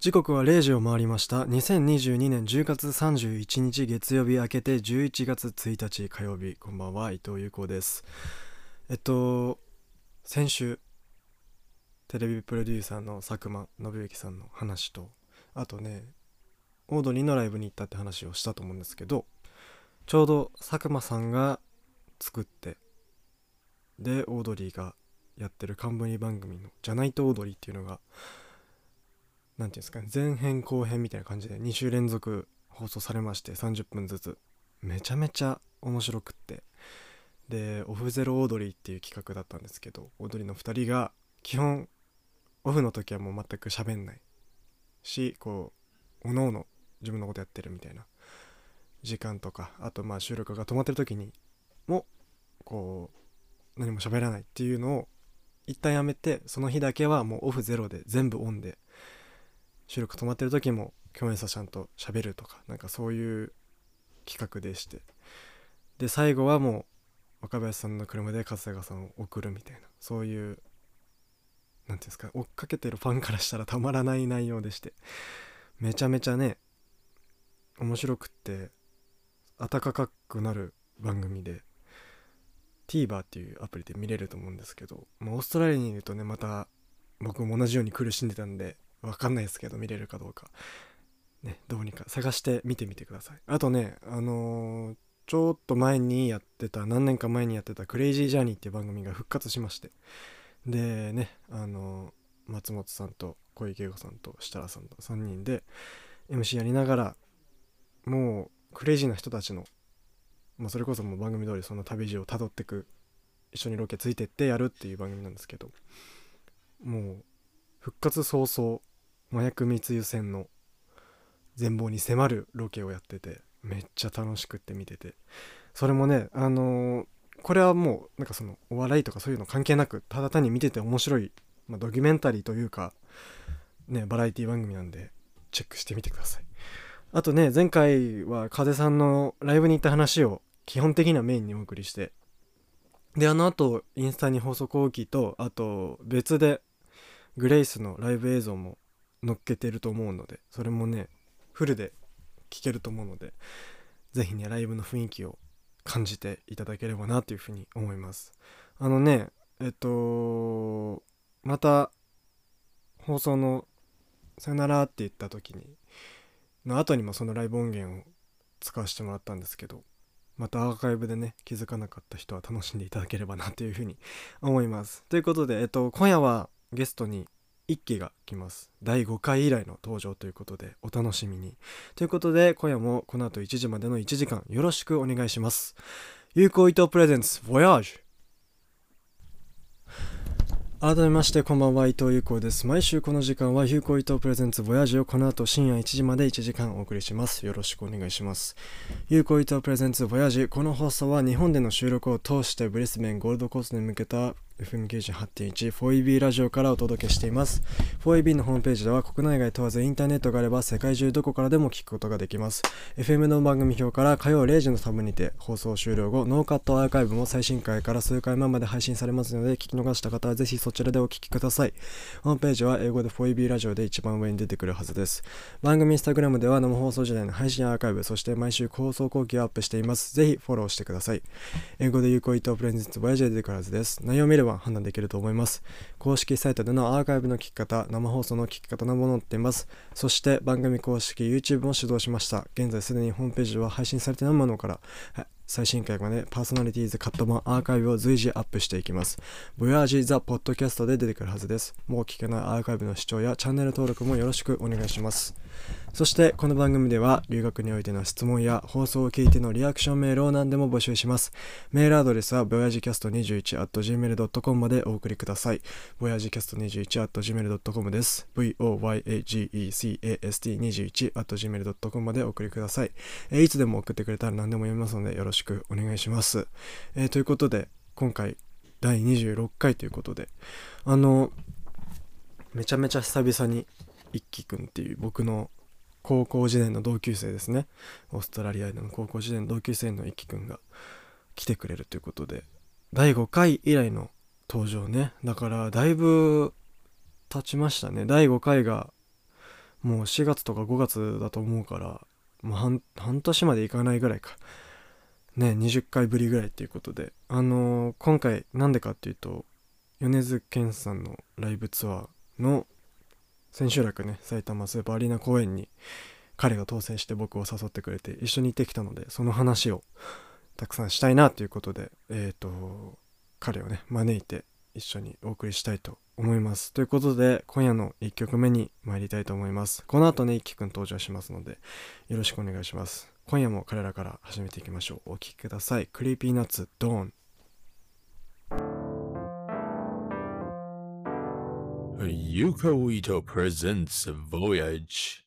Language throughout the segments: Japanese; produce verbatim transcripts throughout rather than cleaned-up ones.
時刻はれいじを回りました。にせんにじゅうにねんじゅうがつさんじゅういちにち月曜日明けてじゅういちがつついたち火曜日。こんばんは、伊藤優子です。えっと先週テレビプロデューサーの佐久間信之さんの話と、あとねオードリーのライブに行ったって話をしたと思うんですけど、ちょうど佐久間さんが作ってでオードリーがやってる冠番組のじゃないとオードリーっていうのがなんていうんですかね、前編後編みたいな感じでにしゅう連続放送されまして、さんじゅっぷんずつめちゃめちゃ面白くって、でオフゼロオードリーっていう企画だったんですけど、オードリーのふたりが基本オフの時はもう全く喋んないし、こうおのおの自分のことやってるみたいな時間とか、あとまあ収録が止まってる時にもこう何も喋らないっていうのを一旦やめて、その日だけはもうオフゼロで全部オンで、収録止まってる時も共演者ちゃんと喋るとか、なんかそういう企画でして、で最後はもう若林さんの車で春日さんを送るみたいな、そういうなんていうんですか、追っかけてるファンからしたらたまらない内容でして、めちゃめちゃね面白くって温かくなる番組で、 TVer っていうアプリで見れると思うんですけど、まあ、オーストラリアにいるとね、また僕も同じように苦しんでたんで分かんないですけど、見れるかどうかね、どうにか探して見てみてください。あとね、あのーちょっと前にやってた、何年か前にやってたクレイジージャーニーっていう番組が復活しまして、でね、あのー松本さんと小池栄子さんと設楽さんとさんにんで エムシー やりながら、もうクレイジーな人たちの、まあ、それこそもう番組通りその旅路をたどってく、一緒にロケついてってやるっていう番組なんですけど、もう復活早々麻薬密輸船の全貌に迫るロケをやってて、めっちゃ楽しくって見てて、それもね、あのーこれはもうなんかそのお笑いとかそういうの関係なく、ただ単に見てて面白い、まあ、ドキュメンタリーというかね、バラエティ番組なんでチェックしてみてください。あとね、前回は風さんのライブに行った話を基本的にはメインにお送りして、であの後インスタに放送後期と、あと別でグレイスのライブ映像も載っけてると思うので、それもねフルで聴けると思うので、ぜひねライブの雰囲気を感じていただければなというふうに思います。あのね、えっとまた放送のさよならって言った時にの後にもそのライブ音源を使わせてもらったんですけど、またアーカイブでね気づかなかった人は楽しんでいただければなというふうに思います。ということで、えっと今夜はゲストに一期が来ます。だいごかい以来の登場ということでお楽しみに。ということで今夜もこの後いちじまでのいちじかんよろしくお願いします。有効伊藤プレゼンツボヤージュ。改めましてこんばんは、伊藤優子です。毎週この時間は有効伊藤プレゼンツボヤージュをこの後深夜いちじまでいちじかんお送りします。よろしくお願いします。有効伊藤プレゼンツボヤージュ、この放送は日本での収録を通してブリスベンゴールドコーストに向けた エフエムきゅうじゅうはちてんいち フォーイービー ラジオからお届けしています。 フォーイービー のホームページでは国内外問わずインターネットがあれば世界中どこからでも聞くことができます。 エフエム の番組表から火曜れいじのタブにて放送終了後ノーカットアーカイブも最新回から数回前まで配信されますので、聞き逃した方はぜひそちらでお聞きください。ホームページは英語で フォーイービー ラジオで一番上に出てくるはずです。番組インスタグラムでは生放送時代の配信アーカイブ、そして毎週放送後期をアップしています。ぜひフォローしてください。英語で有効伊藤プレゼンツボヤージュで出てくるはずです。内容を見れば判断できると思います。公式サイトでのアーカイブの聞き方、生放送の聞き方なども載っています。そして番組公式 YouTube も始動しました。現在すでにホームページでは配信されていないものから最新回までパーソナリティーズカット版アーカイブを随時アップしていきます。ボヤージザポッドキャストで出てくるはずです。もう聞けないアーカイブの視聴やチャンネル登録もよろしくお願いします。そしてこの番組では留学においての質問や放送を聞いてのリアクションメールを何でも募集します。メールアドレスは ボヤジキャストにじゅういち アット ジーメール ドット コム までお送りください。ボヤジキャストにじゅういち アット ジーメール ドット コム です。ボヤジキャストにじゅういち アット ジーメール ドット コム までお送りください。えー、いつでも送ってくれたら何でも読みますのでよろしくお願いします。えー、ということで今回だいにじゅうろっかいということで、あのめちゃめちゃ久々に一輝くんっていう僕の高校時代の同級生ですね、オーストラリアでの高校時代の同級生の一輝くんが来てくれるということで、だいごかい以来の登場ね。だからだいぶ経ちましたね。だいごかいがもうしがつとかごがつだと思うから、もう半、半年までいかないぐらいかね、にじゅっかいぶりぐらいっていうことで、あのー今回なんでかっていうと、米津玄師さんのライブツアーの千秋楽ね、埼玉スーパーアリーナ公演に彼が当選して僕を誘ってくれて一緒に行ってきたので、その話をたくさんしたいなということで、えっ、と彼をね招いて一緒にお送りしたいと思います。ということで今夜のいっきょくめに参りたいと思います。この後ね、いっきくん登場しますのでよろしくお願いします。今夜も彼らから始めていきましょう。お聴きください。クリーピーナッツドーン。 Yuko Ito presents Voyage.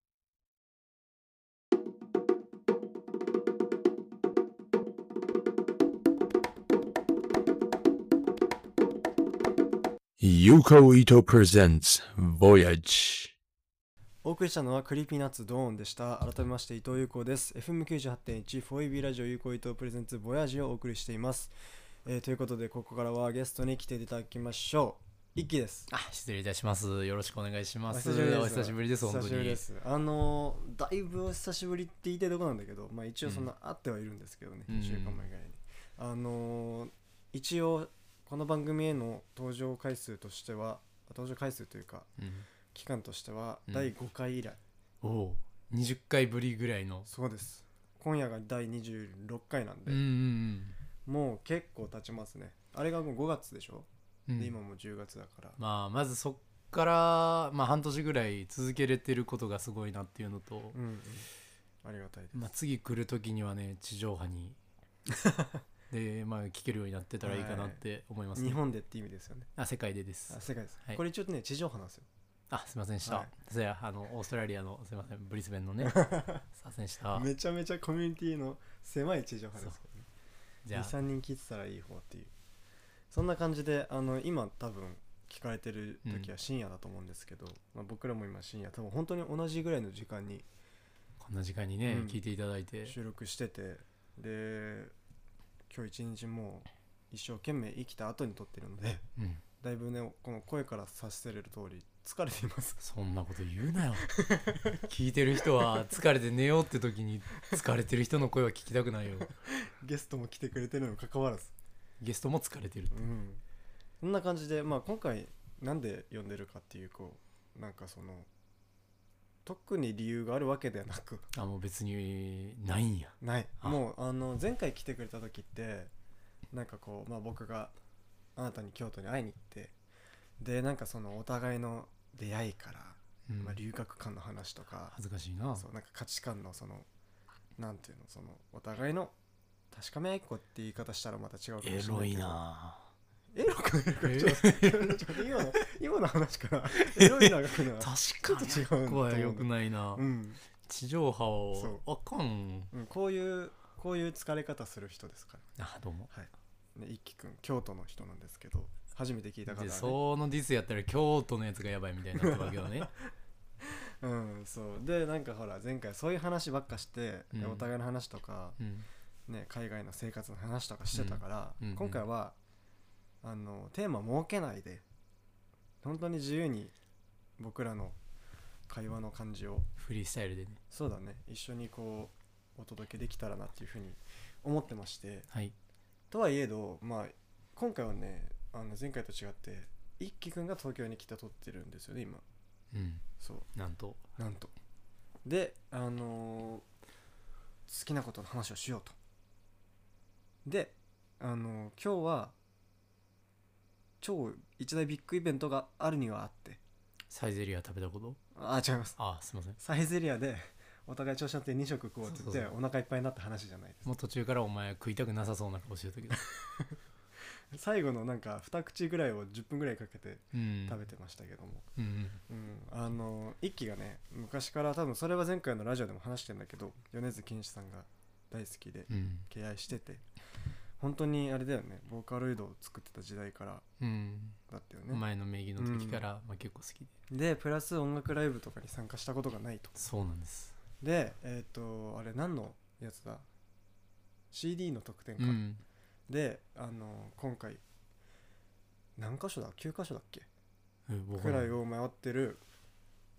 Yuko Ito presents Voyage. お送りしたのはクリーピーナッツドーンでした。改めまして伊藤優子です。 エフエムきゅうじゅうはちてんいち フォーイービー ラジオ優子伊藤プレゼンツボヤージをお送りしています。えーということでここからはゲストに来ていただきましょう。一輝です。 あ、失礼いたします。よろしくお願いしまおす。 久しぶりです。 お久しぶりです。本当に。 久しぶりです。あのー、だいぶお久しぶりって言いたいとこなんだけど、まあ一応そんな会ってはいるんですけどね、 うん、 いっしゅうかんまえぐらいに。あのー、一応この番組への登場回数としては、登場回数というか、 うん、 期間としてはうんだいごかい以来。 おお、にじゅっかいぶりぐらいの。 そうです。今夜がだいにじゅうろっかいなんで、 うんうんもう結構経ちますね。あれがもうごがつでしょ、 うん、 で今もじゅうがつだから、 まあまずそっから、まあ、半年ぐらい続けれてることがすごいなっていうのと、 うんうん、ありがたいです。 まあ、次来る時にはね、地上波にで、まあ、聞けるようになってたらいいかなって思います、ね、 日本でって意味ですよね。 あ、世界でです。 あ、世界です、 はい、 これ一応ね地上波なんですよ。 あ、すいませんでした、 はい、 そやあのオーストラリアのすいませんブリスベンのねすいませんでした。 めちゃめちゃコミュニティの狭い地上波ですけどね。 じゃあにさんにん聞いてたらいい方っていう、そんな感じで、あの今多分聞かれてる時は深夜だと思うんですけど、うん、まあ、僕らも今深夜多分本当に同じぐらいの時間にこんな時間にね、 うん、 聞いていただいて収録してて、で今日一日もう一生懸命生きた後に撮ってるので、 うん、 だいぶねこの声から察せれる通り疲れています。 そんなこと言うなよ聞いてる人は疲れて寝ようって時に疲れてる人の声は聞きたくないよ。 ゲストも来てくれてるのにもかかわらず、 ゲストも疲れてるって、 うん、そんな感じで、まあ、今回なんで呼んでるかっていうこうなんかその特に理由があるわけではなく、 あ、もう別にないんや。 ない。 あもうあの前回来てくれた時ってなんかこう、まあ、僕があなたに京都に会いに行って、でなんかそのお互いの出会いから、 うん、 まあ、留学間の話とか、 恥ずかしいな。 そうなんか価値観のそのなんていうの、そのお互いの確かめ合いっこって言い方したらまた違うかもしれないけど、 エロいな。 エロくないか、 えちょっとちょっと今の今の話からエロい長くな確かにちょっと違うこはよくないな、 うん、 地上波をそあかん、 うん、こういうこういう疲れ方する人ですから。 あ、どうも。 はいね、一輝くん京都の人なんですけど、初めて聞いた方は、 でね、 そのディスやったら京都のやつがやばいみたいになってるわけよねうん、そうでなんかほら前回そういう話ばっかして、 うん、 お互いの話とか、 うんね、海外の生活の話とかしてたから、 うんうんうん、 今回はあのテーマ設けないで本当に自由に僕らの会話の感じをフリースタイルでね、 そうだね、一緒にこうお届けできたらなっていうふうに思ってまして、 はい、 とはいえど、まあ、今回はねあの前回と違って一輝くんが東京に来て撮ってるんですよね今。 うん、 そうなんとなんとで、あのー、好きなことの話をしようと。で、あのー、今日は超一大ビッグイベントがあるにはあって、 サイゼリア食べたこと？ あ、違います。 あ、すいません。 サイゼリアでお互い調子乗ってに食食おうって言ってそうそうそう、 お腹いっぱいになった話じゃないです。 もう途中からお前食いたくなさそうな顔してたけど最後のなんかに口ぐらいをじゅっぷんぐらいかけてうん食べてましたけども、 うんうんうん、あの一輝がね昔から多分それは前回のラジオでも話してんだけど、米津玄師さんが大好きでうん敬愛してて、本当にあれだよね、ボーカロイドを作ってた時代からうんだったよね。 前の名義の時から、まあ、結構好きでで、 プラス音楽ライブとかに参加したことがないと。 そうなんです。 でえっ、とあれ何のやつだ シーディー の特典か、 うん、 であの今回何箇所だきゅう箇所だっけうん、 くらいを回ってる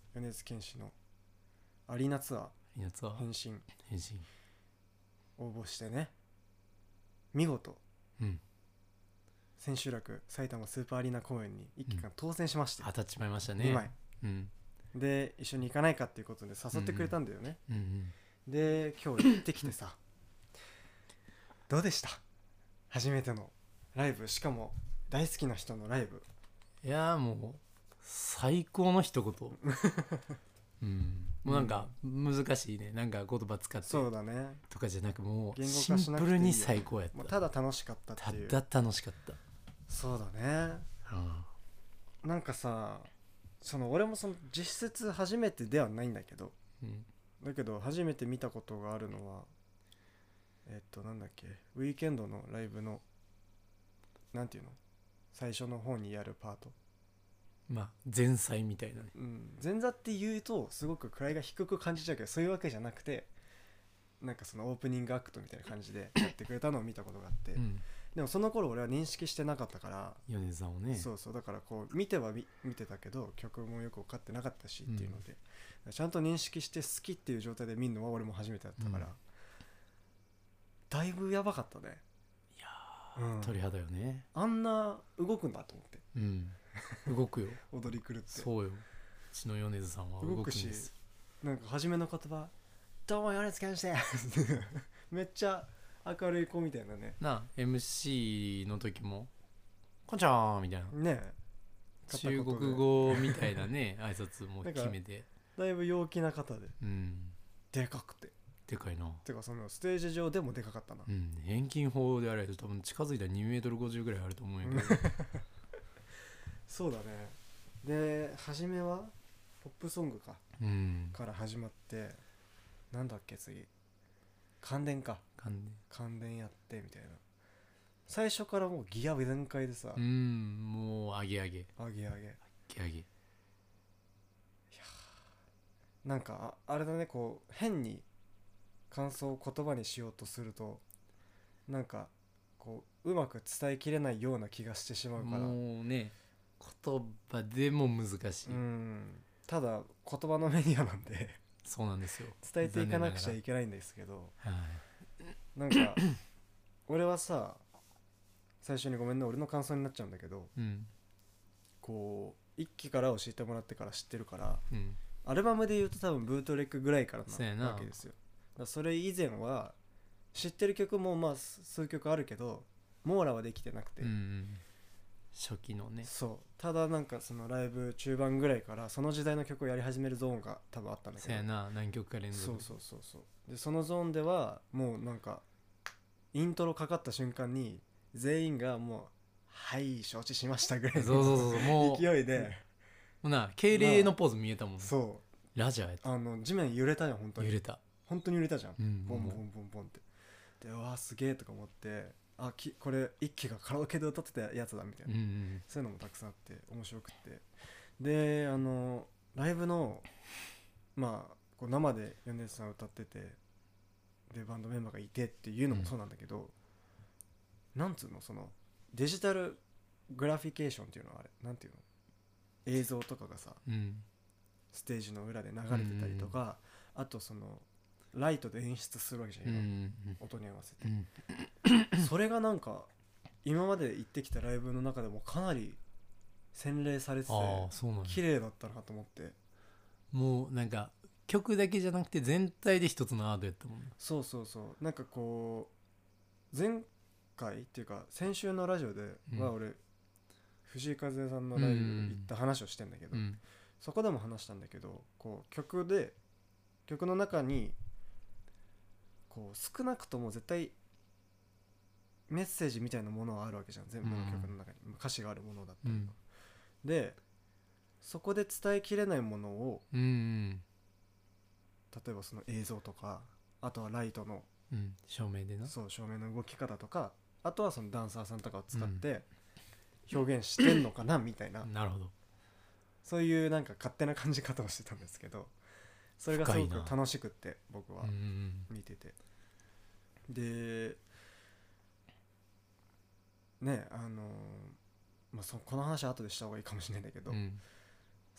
米津玄師のアリーナツアいいやつはー返信返信応募してね、見事うん千秋楽埼玉スーパーアリーナ公演に一期間当選しまして、 当たっちまいましたね。 にまいうんで一緒に行かないかっていうことで誘ってくれたんだよね、 うんうんで今日行ってきてさどうでした？初めてのライブ、しかも大好きな人のライブ。 いやーもう最高の一言うんもうなんか難しいね、なんか言葉使ってそうだね、 とかじゃなく、もう言語シン化しなくていいよプルに最高やった。 もうただ楽しかったっていう。 ただ楽しかった。 そうだね。 うんなんかさ、その俺もその実質初めてではないんだけど、 うんだけど初めて見たことがあるのはえっとなんだっけ、ウィーケンドのライブのなんていうの、最初の方にやるパート、 まあ前菜みたいなね。 うん前座って言うとすごく位が低く感じちゃうけど、そういうわけじゃなくて、なんかそのオープニングアクトみたいな感じでやってくれたのを見たことがあって、 うんでもその頃俺は認識してなかったから、 米津さんをね。 そうそう、だからこう見ては見見てたけど曲もよく分かってなかったしっていうので、ちゃんと認識して好きっていう状態で見るのは俺も初めてだったから、 うんだいぶやばかったね。 いやうんー鳥肌よね。 あんな動くんだと思ってうん動くよ。 踊り狂ってそうよ、うちの米津さんは動くんです。 なんか初めの言葉「どうも米津玄師です」めっちゃ明るい子みたいなね。 なあ エムシー の時もこんちゃーみたいなねえ中国語みたいなね挨拶も決めて、 だいぶ陽気な方でうんでかくて、 でかいな。 てかそのステージ上でもでかかったな、 うん遠近法であれと多分近づいたらにメートルごじゅうぐらいあると思うんやけどそうだね。で初めはポップソングかうんから始まって、なんだっけ次感電か感じ感電やってみたいな、最初からもうギア全開でさ、 うんもう上げ上げ上げ上げ、 上げ上げなんかああれだね、こう変に感想を言葉にしようとするとなんかこううまく伝えきれないような気がしてしまうから、 もうね言葉でも難しい、 うんただ言葉のメディアなんでそうなんですよ。 伝えていかなくちゃいいけないんですけど、 はいなんか俺はさ、最初にごめんね俺の感想になっちゃうんだけど、 うんこう一期から教えてもらってから知ってるから、 うんアルバムで言うと多分ブートレックぐらいからそうやななわけですよ。だからそれ以前は知ってる曲もまあ数曲あるけど網羅はできてなくて、 うんうん初期のね。 そうただなんかそのライブ中盤ぐらいからその時代の曲をやり始めるゾーンが多分あったんだけど、 そうやな何曲か連続そうそうそうそうでそのゾーンではもうなんかイントロかかった瞬間に全員がもうはい承知しましたぐらいそうそうそうそうもう勢いで、 もうな敬礼のポーズ見えたもん、 そラジャーやったうあの地面揺れたよ本当に揺れた、 本当に揺れたじゃん、 うんボンボンボンボンボンってで、うわーすげえとか思って、あきこれ一輝がカラオケで歌ってたやつだみたいな、 うんうんそういうのもたくさんあって面白くって、であのライブのまあこう生で米津さん歌っててでバンドメンバーがいてっていうのもそうなんだけど、なんつうのそのデジタルグラフィケーションっていうのはあれなんていうの映像とかがさうんステージの裏で流れてたりとか、あとそのライトで演出するわけじゃん、 うんう今ん音に合わせてうんそれがなんか今まで行ってきたライブの中でもかなり洗練されててああそうなんや。 綺麗だったなと思って、 もうなんか曲だけじゃなくて全体で一つのアートやったもんね。 そうそうそうなんかこう前回っていうか先週のラジオではうん俺、藤井風さんのライブ行った話をしてんだけど、 うんそこでも話したんだけど、こう曲で曲の中にこう少なくとも絶対メッセージみたいなものはあるわけじゃん、全部の曲の中に、歌詞があるものだったりとか、でそこで伝えきれないものをうんうん例えばその映像とか、あとはライトのうん照明でな。 そう照明の動き方とか、あとはそのダンサーさんとかを使って表現してんのかなみたいな、 なるほど。 そういうなんか勝手な感じ方をしてたんですけど、それがすごく深いな楽しくって僕はうんうん見てて、でねあのーまあそこの話は後でした方がいいかもしれないんだけど、 うん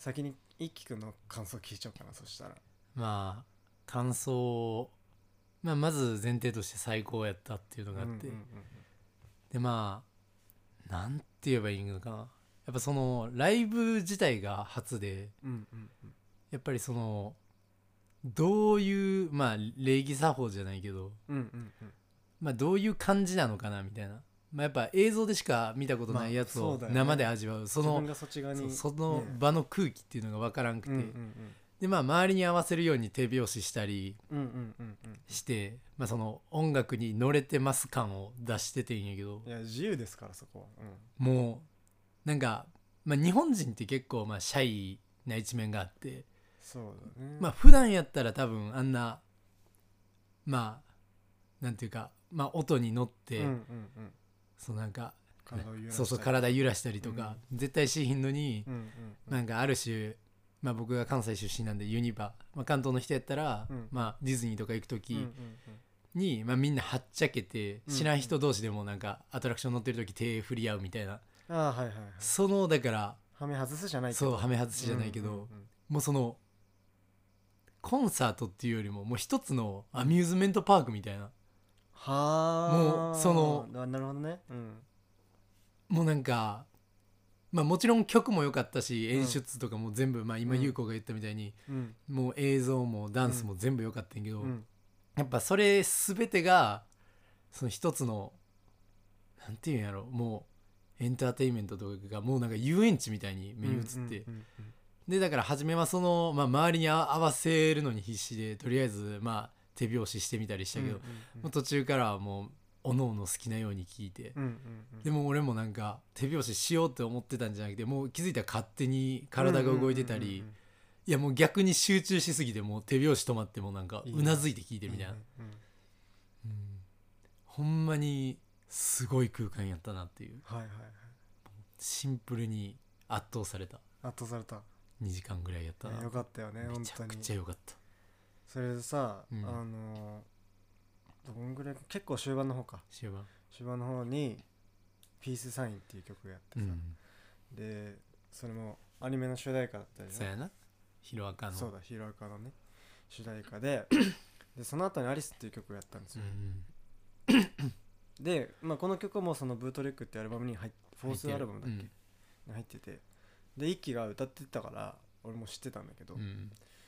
先に一輝くんの感想聞いちゃおうかな。そしたらまあ感想、まあ、まず前提として最高やったっていうのがあって、 うんうんうんでまあなんて言えばいいのかな、やっぱそのライブ自体が初で、 うんうんうんやっぱりそのどういうまあ礼儀作法じゃないけど、 うんうんうんまあどういう感じなのかなみたいな、まあ、やっぱ映像でしか見たことないやつをまあそうだよね生で味わう、その自分がそっち側にそうそのね場の空気っていうのが分からんくて、 うんうんでまあ周りに合わせるように手拍子したりうんうんうんうんうんして、まあ、その音楽に乗れてます感を出しててんやけど、 いや自由ですからそこは。 もうなんか、まあ、日本人って結構まあシャイな一面があって、 そうだね。 まあ普段やったら多分あんなまあなんていうか、まあ、音に乗って、 うんうんうんそうなんか体を揺らしたりそうそう体揺らしたりとか、絶対しひんのに、 うんうんうんなんかある種、まあ、僕が関西出身なんでユニバ、まあ、関東の人やったら、 うんまあ、ディズニーとか行くうんうん時に、まあ、みんなはっちゃけてうん知らん人同士でもなんかアトラクション乗ってる時手振り合うみたいな、 うん、ああはいはいはい。 そのだからはめ外すじゃないけど。 そうはめ外しじゃないけど、 うんうんうんもうそのコンサートっていうよりももう一つのアミューズメントパークみたいな、 はあもうそのななるほどね。うんもうなんか、まあ、もちろん曲も良かったし演出とかも全部、まあ、今うん優子が言ったみたいに、 うんもう映像もダンスも全部良かったんやけど、 うんやっぱそれ全てがその一つのなんていうんやろ、もうエンターテインメントとかがもうなんか遊園地みたいに目に映って、 うんうんうんでだから初めはその、まあ、周りに合わせるのに必死でとりあえずまあ手拍子してみたりしたけど、 うんうんうんもう途中からはもうおのおの好きなように聞いて、 うんうんうんでも俺もなんか手拍子しようって思ってたんじゃなくて、もう気づいたら勝手に体が動いてたり、 うんうんうんうんいやもう逆に集中しすぎてもう手拍子止まってもなんかいいねうなずいて聞いてるみたいな、 うんうんうんうんほんまにすごい空間やったなっていう、 はいはいはい。 シンプルに圧倒された圧倒された。 にじかんぐらいやったな、 ねよかったよねめちゃく本当に。 ちゃ良かった。 それでさ、 うんあのーどんぐらい結構終盤の方か終盤終盤の方に「ピースサイン」っていう曲がやってさ、 うんでそれもアニメの主題歌だったりそうやな、ヒロアカのそうだヒロアカのね主題歌ででその後に「アリス」っていう曲をやったんですうよ、 んで、まあ、この曲もそのブートレックっていうアルバムに入っフォースアルバムだっけ、 うんに入ってて、で一輝が歌ってたから俺も知ってたんだけど、 うん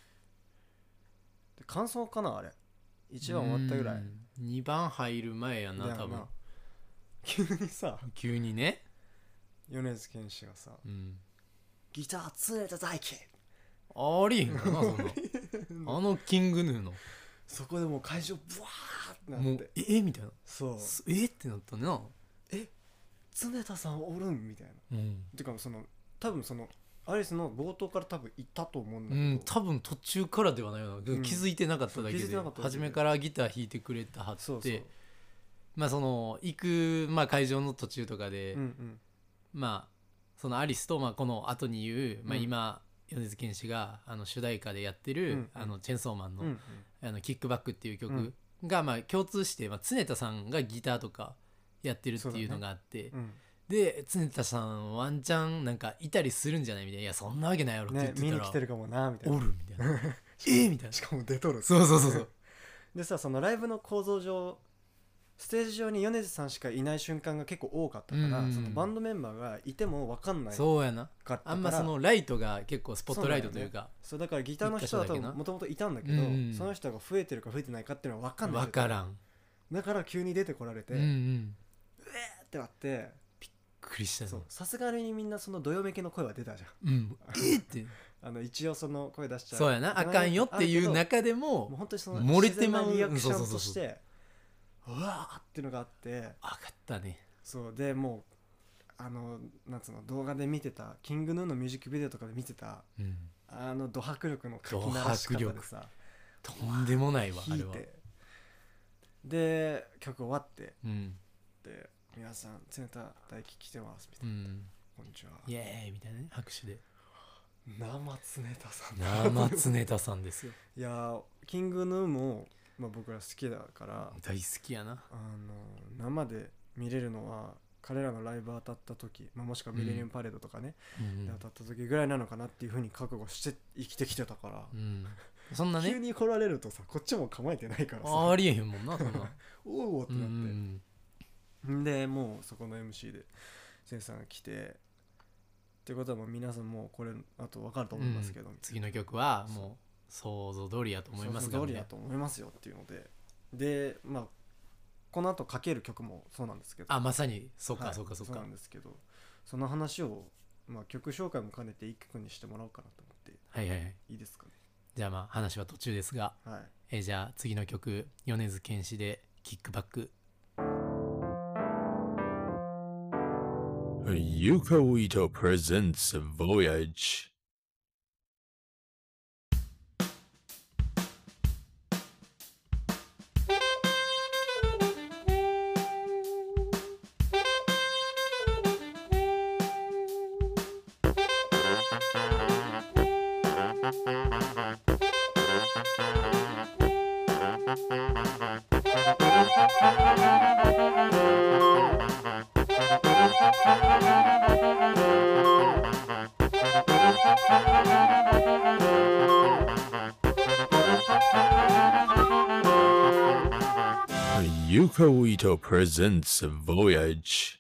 で感想かなあれいちばん終わったぐらい、 うんにばん入る前やなだよ多分急にさ急にね、 米津玄師がさうん、 「ギターつれた大輝」 ありえへんかなそんなあのキングヌーのそこでもう会場ブワーってなもうってえみたいなそうすえってなったねな、 常田さんおるんみたいなうん、 てかその多分そのアリスの冒頭から多分いたと思うんだうけど、 ん、多分途中からではないよな、 ん気づいてなかっただけでそう気づいてなかっただけで初めからギター弾いてくれたはってそうそうまあその行く、まあ、会場の途中とかで、 うんうんまあそのアリスと、まあ、この後に言う、まあ、 うん今米津玄師があの主題歌でやってる、 うんうんあのチェンソーマンの,、 うんうんあのキックバックっていう曲が、まあ共通して、まあ、常田さんがギターとかやってるっていうのがあって、 うんで常田さんワンチャンなんかいたりするんじゃないみたいな、いやそんなわけないやろって言ねってたら、 見に来てるかもなみたいなおるみたいなえみたいなしかも出とるそうそうそうそうでさそのライブの構造上ステージ上に米津さんしかいない瞬間が結構多かったから、 うんそのバンドメンバーがいても分かんないかそうやな、 ったからあんまそのライトが結構スポットライトというかそうだからギターの人は多一箇所だけな分もともといたんだけど、 うんその人が増えてるか増えてないかっていうのは分かんない分からん、 だから急に出てこられて、 うんうえんーってなってびっくりしたねそうさすがにみんなそのどよめきの声は出たじゃんうんえってあの一応その声出しちゃうそうやなあかんよっていう中でもうも本当にその漏れてまう自然なリアクションそうそうそうそうとしてうわーっていうのがあって分かったね、 そうでもうあのなんつうの動画で見てたキングヌーのミュージックビデオとかで見てたうん、 あのド迫力の書き鳴らし方でさとんでもないわあれは、 弾いてで曲終わってうんで皆さん常田大輝来てますみたいな、 うん、 こんにちはイエーイみたいなね拍手で生常田さん生常田さんですよいやーキングヌーも、まあ、僕ら好きだから大好きやな、 あの生で見れるのは彼らのライブ当たった時、まあ、もしくはミレニアムパレードとかね、 うんで当たった時ぐらいなのかなっていう風に覚悟して生きてきてたから、 うん、そんなね急に来られるとさこっちも構えてないからさありえへんもんなそんなおおってなって、 うんんでもうそこの エムシー でセンさんが来てってことはもう皆さんもうこれあと分かると思いますけど、 うん、次の曲はもう想像通りやと思いますが、ね、 想像通りやと思いますよっていうのででまあこの後かける曲もそうなんですけどあまさにそうか、 はい、 そうかそうかそうなんですけどその話を、まあ、曲紹介も兼ねて一曲にしてもらおうかなと思ってはいはいはいいいですかね。 じゃあまあ話は途中ですが、 はいえーじゃあ次の曲米津玄師でキックバック。 Yuko Ito presents Voyage. Yuko Ito presents Voyage.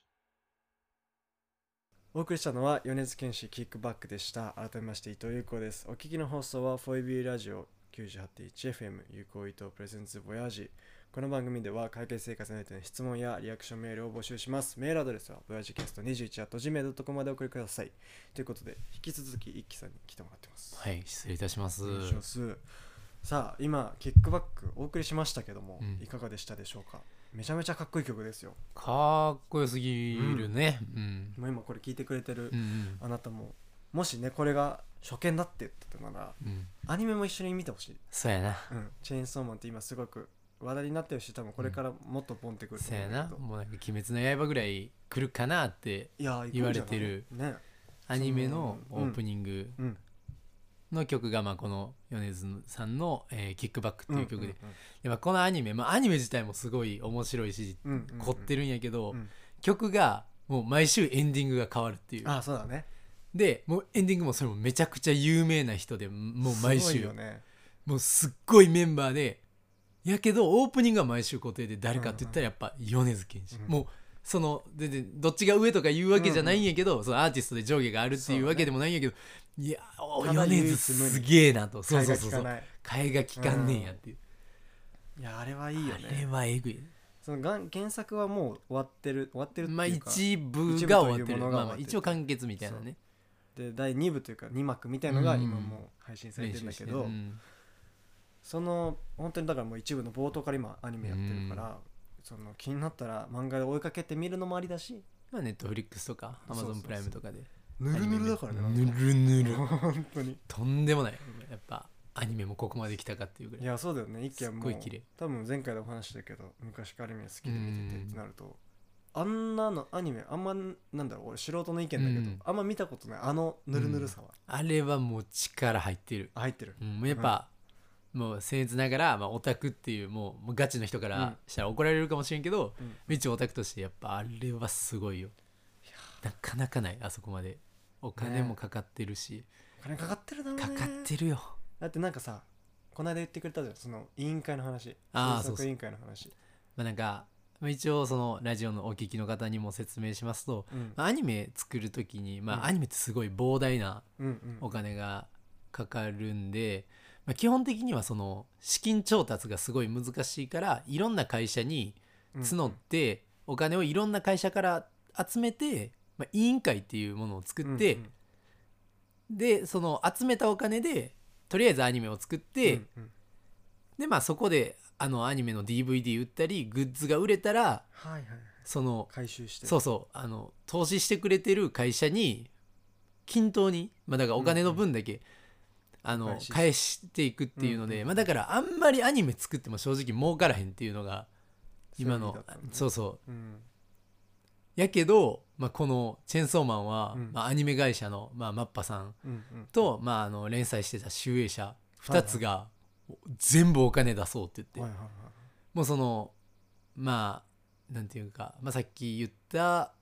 お送りしたのは米津玄師キックバックでした。改めまして伊藤優子です。お聞きの放送は フォービー ラジオ きゅうじゅうはちてんいちエフエム 有効伊藤プレゼンツボヤージ。この番組では会計生活においての質問やリアクションメールを募集します。メールアドレスはボヤージキャストにじゅういち アットジーメールドットコム までお送りください。ということで引き続き一輝さんに来てもらってます。 はい失礼いたします。 お願いします。さあ今キックバックお送りしましたけども、 うんいかがでしたでしょうか。めちゃめちゃかっこいい曲ですよ。 かっこよすぎるね。うん。 もう今これ聞いてくれてるうんうんあなたももしねこれが初見だって言ってたならうん。 アニメも一緒に見てほしい、 そうやな。 うん、チェーンソーマンって今すごく話題になってるし多分これからもっとポンってくるとそうやな。 思うんだけど、 もうなんか鬼滅の刃ぐらい来るかなっていやー言われてる行くんじゃないねアニメのオープニングうんの曲がまあこの米津さんの、えーキックバックっていう曲で、 うんやっぱこのアニメ、まあ、アニメ自体もすごい面白いしうんうんうん凝ってるんやけど、 うん曲がもう毎週エンディングが変わるっていう。 あそうだねでもうエンディングもそれもめちゃくちゃ有名な人でもう毎すごい週よねもうすっごいメンバーでやけどオープニングは毎週固定で誰かって言ったらやっぱ米津玄師、 うんもうその全然どっちが上とか言うわけじゃないんやけど、そのアーティストで上下があるっていうわけでもないんやけど、いやおただ米津すげえなと。そうそうそうそう替えが利かない替えが利かんねんやっていう、 いやあれはいいよねあれはえぐい。 そのがん原作はもう終わってる終わってるっていうか、 まあ一部が終わってる、 一部というものが終わってるまあまあ一応完結みたいなねでだいにぶというかにまくみたいのがうん今もう配信されてるんだけど、 練習してうんその本当にだからもう一部の冒頭から今アニメやってるから、 うんその気になったら漫画で追いかけて見るのもありだし、 まあネットフリックスとかアマゾンプライムとかでぬるぬるだからねぬるぬる本当にとんでもないやっぱアニメもここまで来たかっていうぐらい。 いやそうだよね一気はもうすっごい綺麗多分前回でお話したけど昔からアニメ好きで見ててってなると、あんなのアニメあんまなんだろう俺素人の意見だけど、 うんあんま見たことないあのぬるぬるさは、 あれはもう力入ってる、 入ってる、 うん、やっぱ、もう僭越ながら、まあ、オタクっていうもうもうガチの人からしたら怒られるかもしれんけど、 うん一応オタクとしてやっぱあれはすごいよ。なかなかないあそこまでお金もかかってるし、 お金かかってるだろうねかかってるよ。 だってなんかさこの間言ってくれたじゃんその委員会の話あーそうそう制作委員会の話まあ、なんかまあ一応そのラジオのお聞きの方にも説明しますと、 うんまあアニメ作る時に、まうんあ、アニメってすごい膨大なうんうんお金がかかるんで、まあ、基本的にはその資金調達がすごい難しいからいろんな会社に募ってお金をいろんな会社から集めて、まあ、委員会っていうものを作って、 うんでその集めたお金でとりあえずアニメを作って、 うんうんでまあそこであのアニメの ディーブイディー 売ったりグッズが売れたらはいはいその回収してそうそうあの投資してくれてる会社に均等に、まあ、だからお金の分だけ、あの返し返していくっていうので、 うんうんまあ、だからあんまりアニメ作っても正直儲からへんっていうのが今のそういう意味だったのねそうそううんやけど、まあ、この「チェーンソーマンは」 うんまあ、アニメ会社の、まあ、マッパさんうんうんと、まあ、あの連載してた集英社ふたつが全部お金出そうって言って、 はいはいはいもうそのまあなんていうか、まあ、さっき言った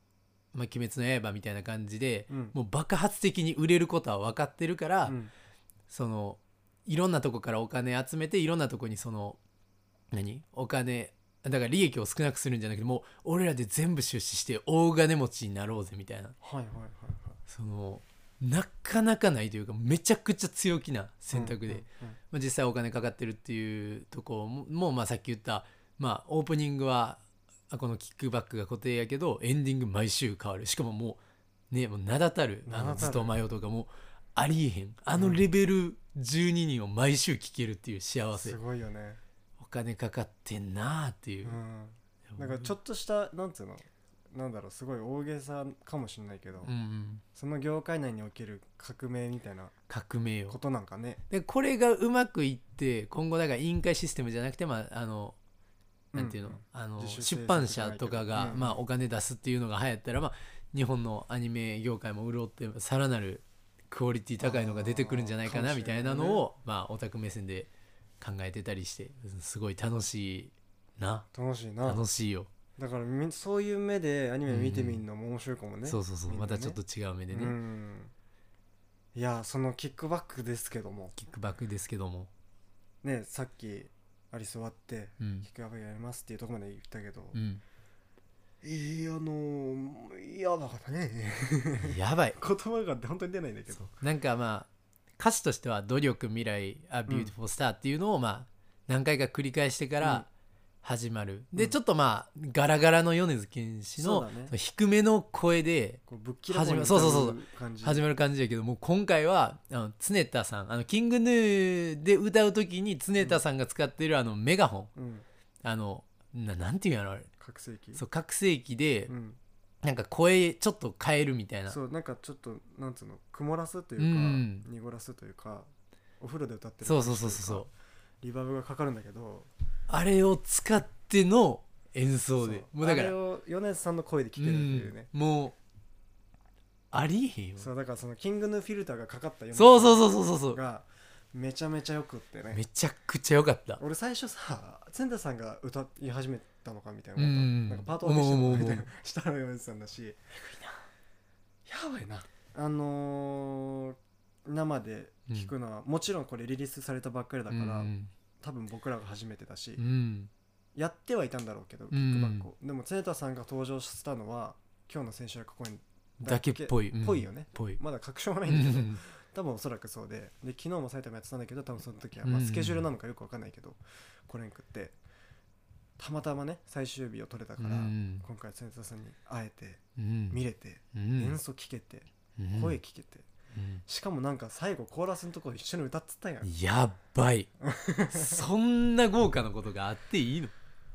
まあ、鬼滅の刃みたいな感じで、 うんもう爆発的に売れることは分かってるから、 うんそのいろんなとこからお金集めていろんなとこにその何お金だから利益を少なくするんじゃなくてもう俺らで全部出資して大金持ちになろうぜみたいな、 はいはいはいはいそのなかなかないというかめちゃくちゃ強気な選択で、 うんうんまあ、実際お金かかってるっていうとこももうまあさっき言った、まあ、オープニングはあこのキックバックが固定やけどエンディング毎週変わる。しかももうねもう名だたるあ名だたるのずっと迷うとかもうありえへんあのレベルじゅうににんを毎週聴けるっていう幸せ、 すごいよね。 お金かかってんなーっていうう、 んなんかちょっとしたなんつうのなんだろうすごい大げさかもしれないけど、 うんうん、 その業界内における革命みたいな革命よことなんかね。 でこれがうまくいって今後だから委員会システムじゃなくてまああのなんていうの、 うんあの自主制作出版社とかが、 じゃないけどうんまあ、お金出すっていうのが流行ったら、まあ、日本のアニメ業界も潤ってさらなるクオリティ高いのが出てくるんじゃないかあーなみたいなのかもを、まあ、オタク目線で考えてたりしてすごい楽しいな楽しいな。 楽しいよ、 だからみそういう目でアニメ見てみるのも面白いかもね。 そうそうそう、 みんなねまたちょっと違う目でね、 うんいやそのキックバックですけどもキックバックですけども、 ねさっきアリス終わってうんキックバックやりますっていうところまで言ったけど、 うん、 いやあのー、やばかったねやばい言葉が本当に出ないんだけどなんかまあ歌詞としては「努力未来 A Beautiful Star」っていうのをまあ何回か繰り返してから始まる、でうんちょっとまあガラガラの米津玄師のそうだね低めの声でこうぶっきらぼうに始まるそうそうそう歌感じ始まる感じやけどもう今回はあの常田さんあのキングヌーで歌う時に常田さんが使ってるあのメガホン、 うんあのななんていうんやろあれ覚醒器そう拡声器でうんなんか声ちょっと変えるみたいな、 そうなんかちょっとなんつうの曇らすというか、 うん濁らすというかお風呂で歌ってるそうそうそうそうそうリバーブがかかるんだけどあれを使っての演奏でそうもうだからあれを米津さんの声で聞けるっていうね、 うんもうありえへんよそうだからそのキングヌーフィルターがかかった米津そうそうそうそうそうそうがめちゃめちゃよくってねめちゃくちゃ良かった俺最初さ千田さんが歌い始めたのかみたいなう思った、 んなんかパート分けしてるのかみたいな思う思うしたら米津さんだしやばいなあのー、生で聞くのは、もちろんこれリリースされたばっかりだから、 うん多分僕らが初めてだし、 うんやってはいたんだろうけど、キックバックをでも常田さんが登場したのは今日の千秋楽公演だけっぽいっぽいよね、 ぽいまだ確証はなういんだけど、 ん多分おそらくそうでで昨日も埼玉やってたんだけど多分その時は、まあ、スケジュールなのかよく分かんないけど来れんくってたまたまね最終日を取れたから、 うん今回常田さんに会えてうん見れて、 うん演奏聴けて、 うん声聞けてうんしかもなんか最後コーラスのところ一緒に歌ってたやんやばいそんな豪華なことがあっていいの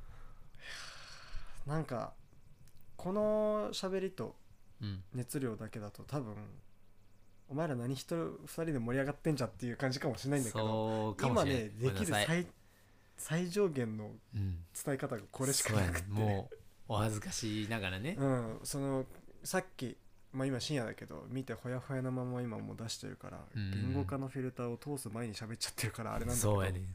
なんかこの喋りとうん熱量だけだと多分お前ら何一人二人で盛り上がってんじゃっていう感じかもしれないんだけどそうかも今しれないねできるごめんなさい最最上限のうん伝え方がこれしかなくて、 そうやねもうお恥ずかしいながらねうん、そのさっき、まあ、今深夜だけど見てほやほやなまま今もう出してるから、 うん言語化のフィルターを通す前に喋っちゃってるからあれなんだけどそうやね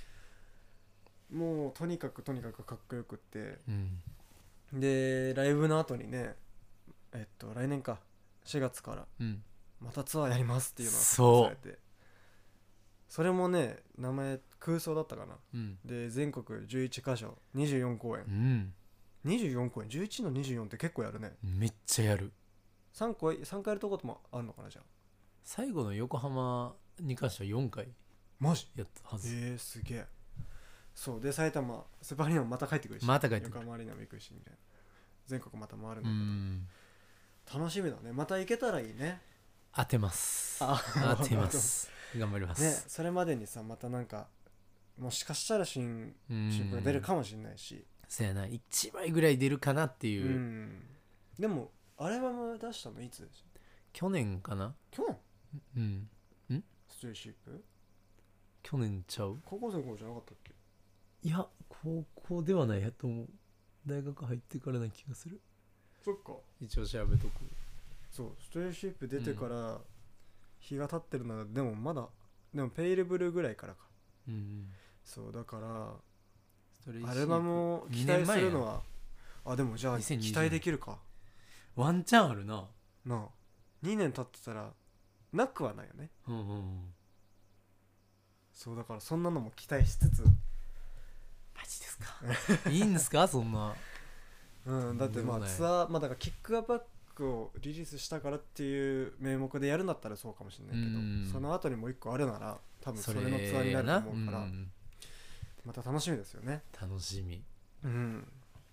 もうとにかくとにかくかっこよくってうんでライブの後にねえっと来年かしがつからうんまたツアーやりますっていうのがそうされてそれもね名前空想だったかなうんで全国じゅういちかしょにじゅうよん公演うんにじゅうよん公演じゅういちのにじゅうよんって結構やるねめっちゃやるさんこさんかいやるとこともあるのかなじゃあ最後の横浜に関してはよんかいマジやったはずえー、すげえそうで埼玉スーパーアリーナもまた帰ってくるしまた帰ってくる横浜アリーナも行くしみたいな全国また回るんうだんけど、楽しみだねまた行けたらいいね当てますあ当てます頑張りまねすそれまでにさまたなんかもしかしたら新うん新譜が出るかもしれないしそうやないちまいぐらい出るかなってういう、 んでもアルバム出したのいつ去年かな去年うんストレイシップ去年ちゃう高校生の頃じゃなかったっけいや高校ではないやと思う大学入ってからな気がするそっか一応調べとくそうストレイシップ出てから日が経ってるならでもまだでもペイルブルーぐらいからかうんそうだからストレイシーアルバムを期待するのはあでもじゃあにせんにじゅう期待できるかワンチャンあるな。 なあにねん経ってたらなくはないよね。 うんうんうん。 そうだからそんなのも期待しつつ、 マジですか。いいんですかそんな。 うん、だってまあとんでもないツアーまあだからキックアバックをリリースしたからっていう名目でやるんだったらそうかもしれないけど、 うんその後にもう一個あるなら多分それのツアーになると思うから、 うん、 また楽しみですよね。 楽しみ。 うん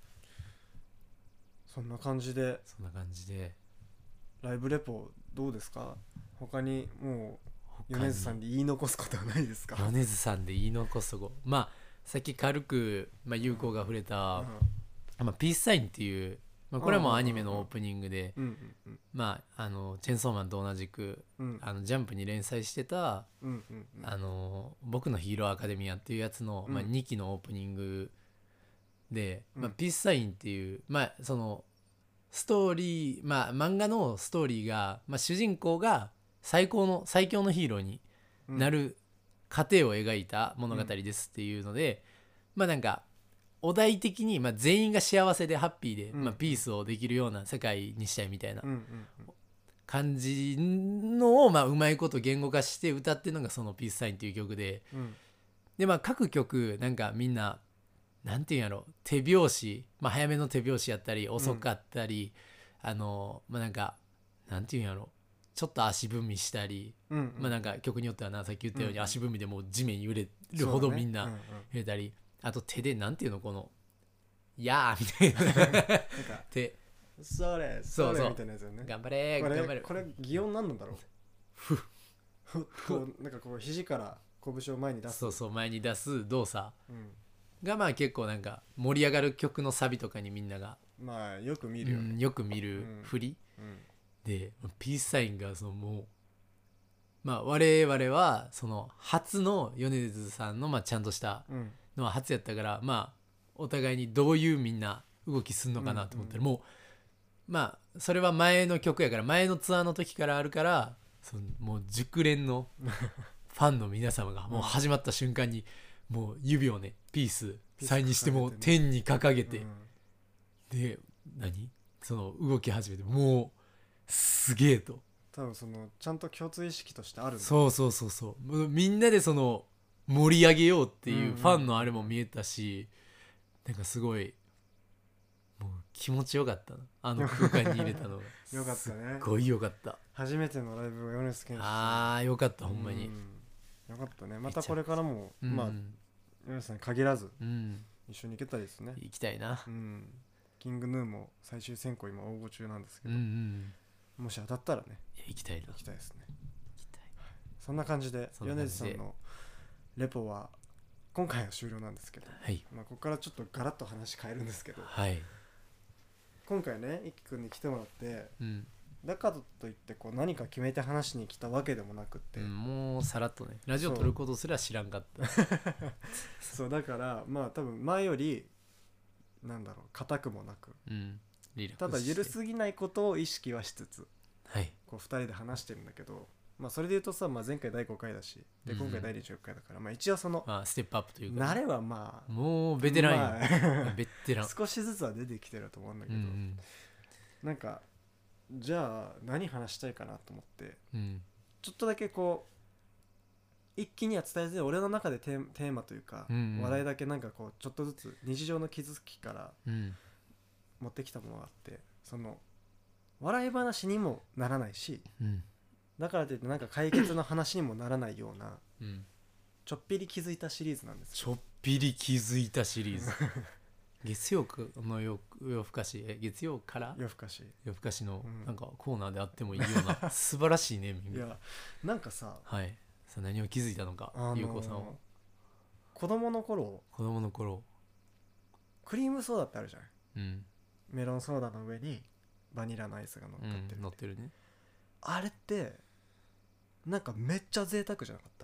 そんな感じでそんな感じでライブレポどうですか？他にもう他に米津さんで言い残すことはないですか？ 米津さんで言い残すとこ、まあさっき軽く、まあ、有効が触れた、まあ、ピースサインっていう、まあ、これはもうアニメのオープニングで、 うんうんうんまああのチェンソーマンと同じくうんあのジャンプに連載してた、 うんうんうんあの僕のヒーローアカデミアっていうやつの、 うんまあ、にきのオープニングで、 うんまあ、ピースサインっていう、まあ、そのストーリー、まあ、漫画のストーリーが、まあ、主人公が最高の最強のヒーローになる過程を描いた物語ですっていうので、まあなんかお題的に、まあ、全員が幸せでハッピーで、 うんまあ、ピースをできるような世界にしたいみたいなうんうん感じのを、まあ、うまいこと言語化して歌ってるのがそのピースサインっていう曲で、 うんでまあ各曲なんかみんななんていうんやろ手拍子、まあ、早めの手拍子やったり遅かったり、あのまあなんかなんていうんやろちょっと足踏みしたり、 うんうんまあなんか曲によってはなさっき言ったようにうん足踏みでもう地面揺れるほどみんなそうだね揺れたり、あと手でなんていうのこのやーみたいなうんうんなんか手それそうそうそれみたいなやつよね。 頑張れこー頑張れれこれ擬音なんなんだろう。ふっこうなんかこう肘から拳を前に出す。 そうそう前に出す動作うんがまあ結構なんか盛り上がる曲のサビとかにみんなが、 まあよく見うるよね。 ん、よく見るうん振り、 うんでピースサインがそのもうまあ我々はその初の米津さんのまあちゃんとしたうんのは初やったからまあお互いにどういうみんな動きすんのかなと思ったら、もうまあそれは前の曲やから前のツアーの時からあるからそのもう熟練のファンの皆様がもう始まった瞬間にもう指をねピースサインにしてもう天に掲げて、で何その動き始めてもうすげえと、 多分そのちゃんと共通意識としてあるんだ。 そうそうそうそうもうみんなでその盛り上げようっていううんファンのあれも見えたし、なんかすごいもう気持ちよかったなあの空間に入れたのがよかったねすっごいよかった。 初めてのライブが米津玄師。 あーよかったほんまに、 うんよかったね。またこれからもうん、 まあ米津さんに限らずうん、 一緒に行けたらいいですね。 行きたいなう、んキングヌーも最終選考今応募中なんですけうんうど、 んもし当たったらねいや行きたいな行きたいですね。 行きたいそんな感じでそんな感じで米津さんのレポは今回は終了なんですけど、 はいまあ、ここからちょっとガラッと話変えるんですけど、 はい、 今回ね一輝くんに来てもらってうんだからといってこう何か決めて話に来たわけでもなくって、 うん、もうさらっとねラジオ撮ることすら知らんかったそうだからまあ多分前よりなんだろう硬くもなく、 うんリラッただクスして緩すぎないことを意識はしつつはいこうふたりで話してるんだけど、まあそれで言うとさ、まあ、前回だいごかいだしでうん今回だいにじゅっかいだから、まあ一応そのまあステップアップというか慣れはまあもうベテランよ、 まあベテラン少しずつは出てきてると思うんだけど、 うんなんかじゃあ何話したいかなと思ってうんうんちょっとだけこう一気には伝えずに俺の中でテーテーマというか、 うんうん話題だけなんかこうちょっとずつ日常の気づきからうん持ってきたものがあって、その笑い話にもならないしうんだからといってなんか解決の話にもならないようなうんちょっぴり気づいたシリーズなんですちょっぴり気づいたシリーズ月曜の夜夜更かしえ月曜から夜更かし。 夜更かしのうんなんかコーナーであってもいいような素晴らしいネーミング。 いやなんかさ、 はいさあ何を気づいたのか、 あのーゆうこさんは子供の頃子供の頃クリームソーダってあるじゃない。 うんメロンソーダの上にバニラのアイスが乗っうかってる、 ん乗ってるねあれってなんかめっちゃ贅沢じゃなかった？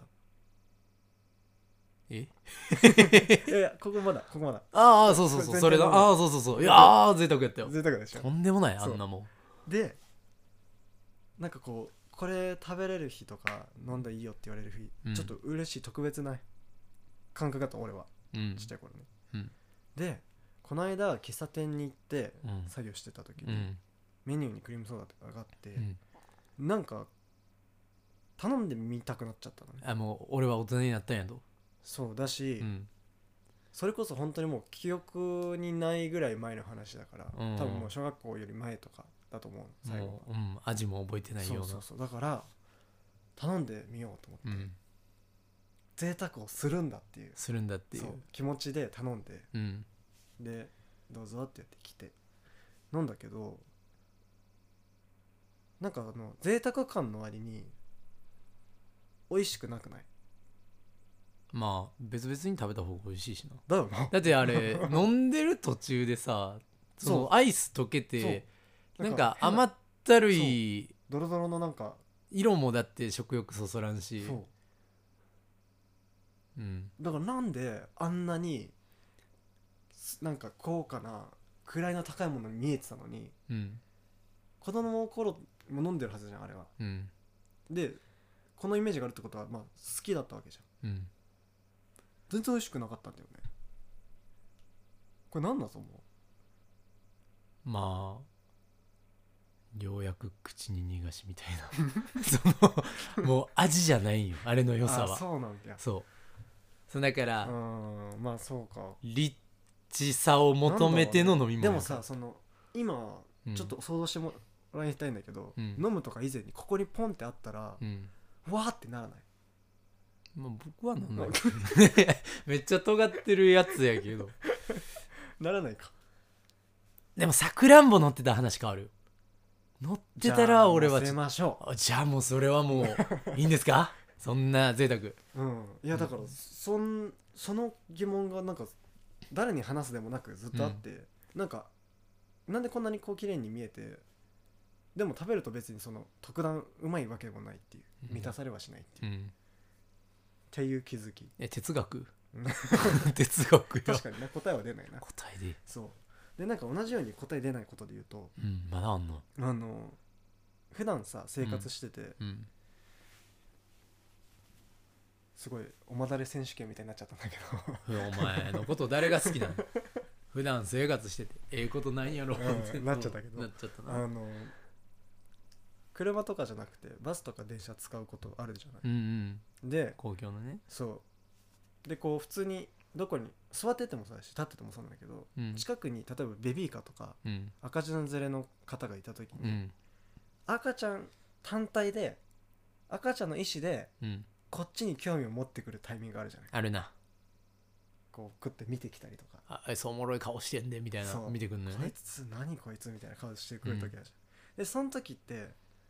えいやいやここまだここまだああそうそうそうそれだああそうそうそういやー贅沢やったよ贅沢でしょ。 とんでもないあそうんなもでなんかこうこれ食べれる日とか飲んだらいいよって言われる日、 うんちょっと嬉しい特別な感覚だった俺はんうんちっちゃい頃ね、 うんでこの間喫茶店に行ってうん作業してた時に、 うんメニューにクリームソーダとかがあって、 うん、 なんか頼んでみたくなっちゃったのね。 あもう俺は大人になったんやと、 そうだし、 うん、 それこそ本当にもう記憶にないぐらい前の話だから、 うん、 多分もう小学校より前とかだと思う最後もう、うん、味も覚えてないような。 そうそうそうだから頼んでみようと思って、 うん、 贅沢をするんだっていうするんだっていう。 そう気持ちで頼んで、 うん、 でどうぞってやってきて飲んだけど、なんかあの贅沢感の割に美味しくなくない？ まあ別々に食べた方が美味しいしな。 だよな。 だってあれ飲んでる途中でさ、そそうのアイス溶けてそうなんか変な甘ったるいドロドロのなんか色もだって食欲そそらんし、 そううん、 だからなんであんなになんか高価な位の高いものに見えてたのに、 うん、 子供の頃も飲んでるはずじゃんあれは。 うん、 でこのイメージがあるってことはまあ好きだったわけじゃん。 うん。 全然美味しくなかったんだよね。これ何だと思まあようやく口に逃がしみたいなそのもう味じゃないんよあれのう？ 良さは。 あそうなんだ。 そうそうだからうんまあそうか。 リッチさを求めての飲み物、 でもさその今うんちょっと想像してもらいたいんだけど、 うん飲むとか以前にここにポンってあったら、 うんわーってならない？ まあ、僕はなんないめっちゃ尖ってるやつやけどならないか。 でもさくらんぼ乗ってた話変わるよ。乗ってたら俺はじゃあ乗せましょあじゃあもうそれはもういいんですかそんな贅沢。 う。うんいやだからそんその疑問がなんか誰に話すでもなくずっとあって、うん、なんかなんでこんなにこう綺麗に見えてでも食べると別にその特段うまいわけでもないっていう、満たされはしないっていう、うん、っていう気づき。 え哲学哲学よ。 確かにね答えは出ないな。 答えでそうでなんか同じように答え出ないことで言うと、 うんまだあんのあの普段さ生活してて、 うんうんすごいおまだれ選手権みたいになっちゃったんだけどお前のこと誰が好きなの普段生活しててええことないやろ、 うん、なっちゃったけどなっちゃったな。 あの車とかじゃなくてバスとか電車使うことあるじゃない、 うんうん、 で公共のねそうでこう普通にどこに座っててもそうだし立っててもそうなんだけど、うん、近くに例えばベビーカーとか、うん、赤ちゃん連れの方がいた時に、うん、赤ちゃん単体で赤ちゃんの意思で、うんこっちに興味を持ってくるタイミングがあるじゃない。 あるな。 こう食って見てきたりとかああいつおもろい顔してんでみたいな見てくんのよね。 こいつ何こいつみたいな顔してくる時あるじゃん、うん、でその時って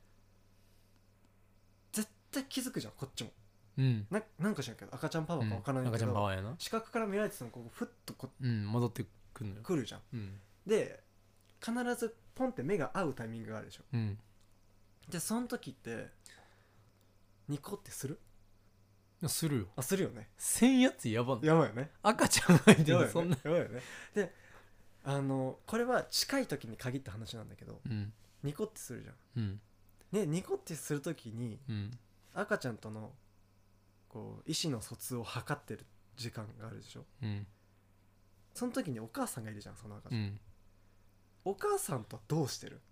絶対気づくじゃんこっちも、うん、な, なんか知らんけど赤ちゃんパワーか分からないけど、うん、赤ちゃんパワーやな視覚から見られてたのこうふっとこ、 うん、戻ってくるのよ来るじゃん、うん、で必ずポンって目が合うタイミングがあるでしょ、うん、でその時ってニコってするするよ。 あするよね。 せんやつやばんやばいよね。 赤ちゃん相手にそんなやばいよね。であのこれは近い時に限った話なんだけど、うん、ニコってするじゃん、うん、ねニコってする時に、うん、赤ちゃんとのこう意思の疎通を図ってる時間があるでしょ、うん、その時にお母さんがいるじゃんその赤ちゃん、うん、お母さんとどうしてる？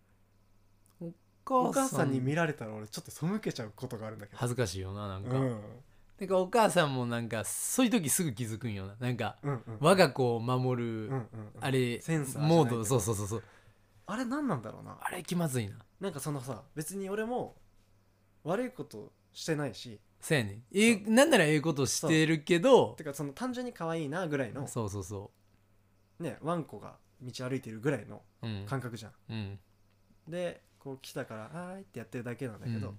お母さんに見られたら俺ちょっと背けちゃうことがあるんだけど恥ずかしいよななんか、うん、なんかお母さんもなんかそういう時すぐ気づくんよななんか、うんうん、我が子を守る、うんうんうん、あれセンサーモードそうそうそうそうあれ何なんだろうなあれ気まずいななんかそのさ別に俺も悪いことしてないしそうやねんえなんならええことしてるけどてかその単純に可愛いなぐらいのそうそうそうねワンコが道歩いてるぐらいの感覚じゃん、うん、でこう来たからあーいってやってるだけなんだけど、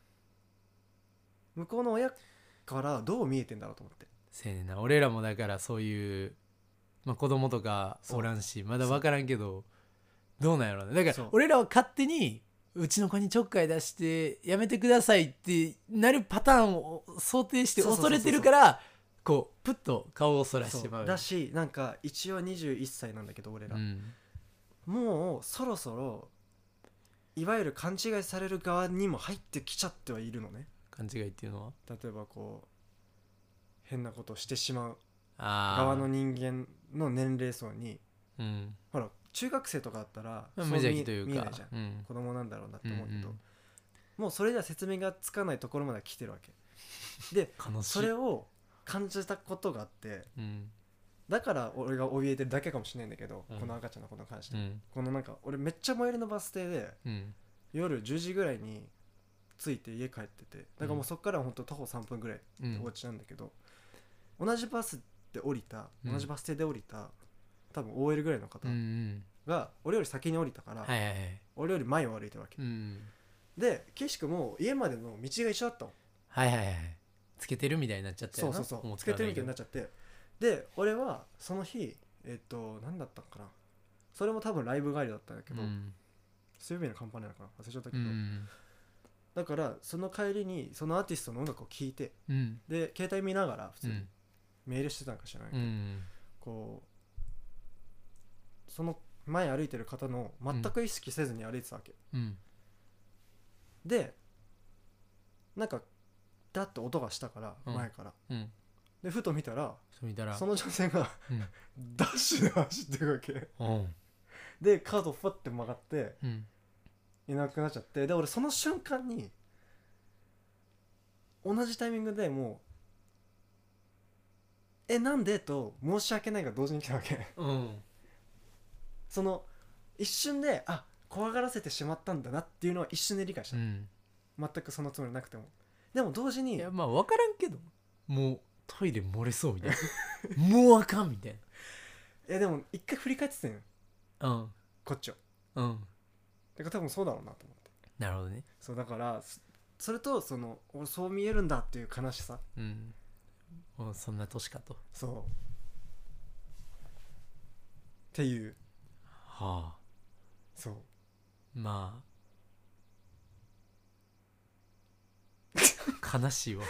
うん、向こうの親からどう見えてんだろうと思ってせやねんな俺らもだからそういう、まあ、子供とかおらんしまだ分からんけどどうなんやろうねだから俺らは勝手にうちの子にちょっかい出してやめてくださいってなるパターンを想定して恐れてるからこうプッと顔をそらしてまうだしなんか一応にじゅういっさいなんだけど俺ら、うん、もうそろそろいわゆる勘違いされる側にも入ってきちゃってはいるのね勘違いっていうのは例えばこう変なことをしてしまう側の人間の年齢層に、うん、ほら中学生とかだったら無邪気というか見えないじゃん、 うん子供なんだろうなって思うけど、 うんうん、 もうそれでは説明がつかないところまで来てるわけで悲しい。 それを感じたことがあって、 うん、 だから俺が怯えてるだけかもしれないんだけど、 うん、 この赤ちゃんのことに関して、 うん、 このなんか俺めっちゃ最寄りのバス停で、 うん、 夜じゅうじぐらいに着いて家帰ってて、だからもうそっからほんと徒歩さんぷんぐらいうんお家なんだけど、同じバスで降りた、 うん同じバス停で降りた多分 オーエル ぐらいの方うんうんが俺より先に降りたから、 はいはいはい俺より前を歩いてるわけ、 うんで岸君も家までの道が一緒だったの。 はいはいはいつけてるみたいになっちゃったよな。 そうそうそう思っつけてるみたいになっちちゃって、で俺はその日えっと何だったのかな、それも多分ライブ帰りだったんだけど、 うん水曜日のカンパネなのかな忘れちゃったけど、 うんだからその帰りにそのアーティストの音楽を聴いて、 うんで携帯見ながら普通にうんメールしてたんか知らないけど、 うんこうその前歩いてる方の全く意識せずに歩いてたわけ、 うんでなんかダッと音がしたからうん前から、 うんでふと見たらそう見たらその女性がうんダッシュで走ってるわけうんでカードファッて曲がってうんいなくなっちゃって、で俺その瞬間に同じタイミングでもうえなんでと申し訳ないが同時に来たわけうんその一瞬であ怖がらせてしまったんだなっていうのは一瞬で理解した、 うん全くそのつもりなくても、でも同時にいやまあ分からんけどもうトイレ漏れそうみたいなもうあかんみたいいやでも一回振り返ってたよなうんこっちを、 うんだから多分そうだろうなと思って、 なるほどねそうだからそそれとその俺そう見えるんだっていう悲しさ、 うんもうそんな年かとそうっていう、 はあそうまあ悲しいわ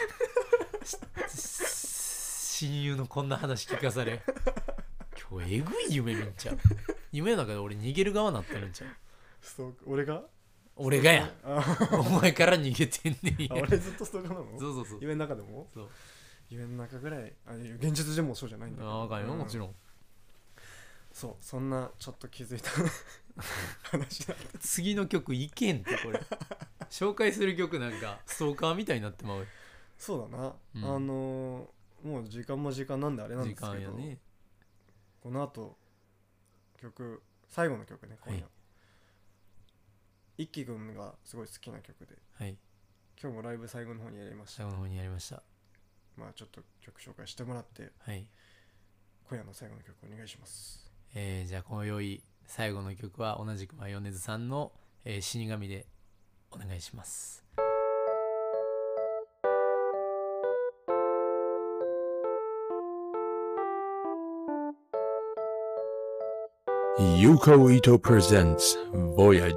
し親友のこんな話聞かされ今日えぐい夢見んちゃう夢の中で俺逃げる側になってるんちゃうそう俺が俺がやあお前から逃げてんねんやあ俺ずっとストーカーなのそうそうそう夢の中でもそう夢の中ぐらいあ現実でもそうじゃないんだけどああかんようんもちろんそうそんなちょっと気づいた話だった次の曲いけんってこれ紹介する曲なんかストーカーみたいになってまうよそうだな、 うんあのーもう時間も時間なんであれなん時ですけど間やねこの後曲最後の曲ね今夜、 はい一輝くんがすごい好きな曲ではい今日もライブ最後の方にやりました最後の方にやりましたまあちょっと曲紹介してもらってはい今夜の最後の曲お願いします。 えー、じゃあ今宵最後の曲は同じくマヨネズさんの、えー、死神でお願いします。 Yuko Ito presents Voyage.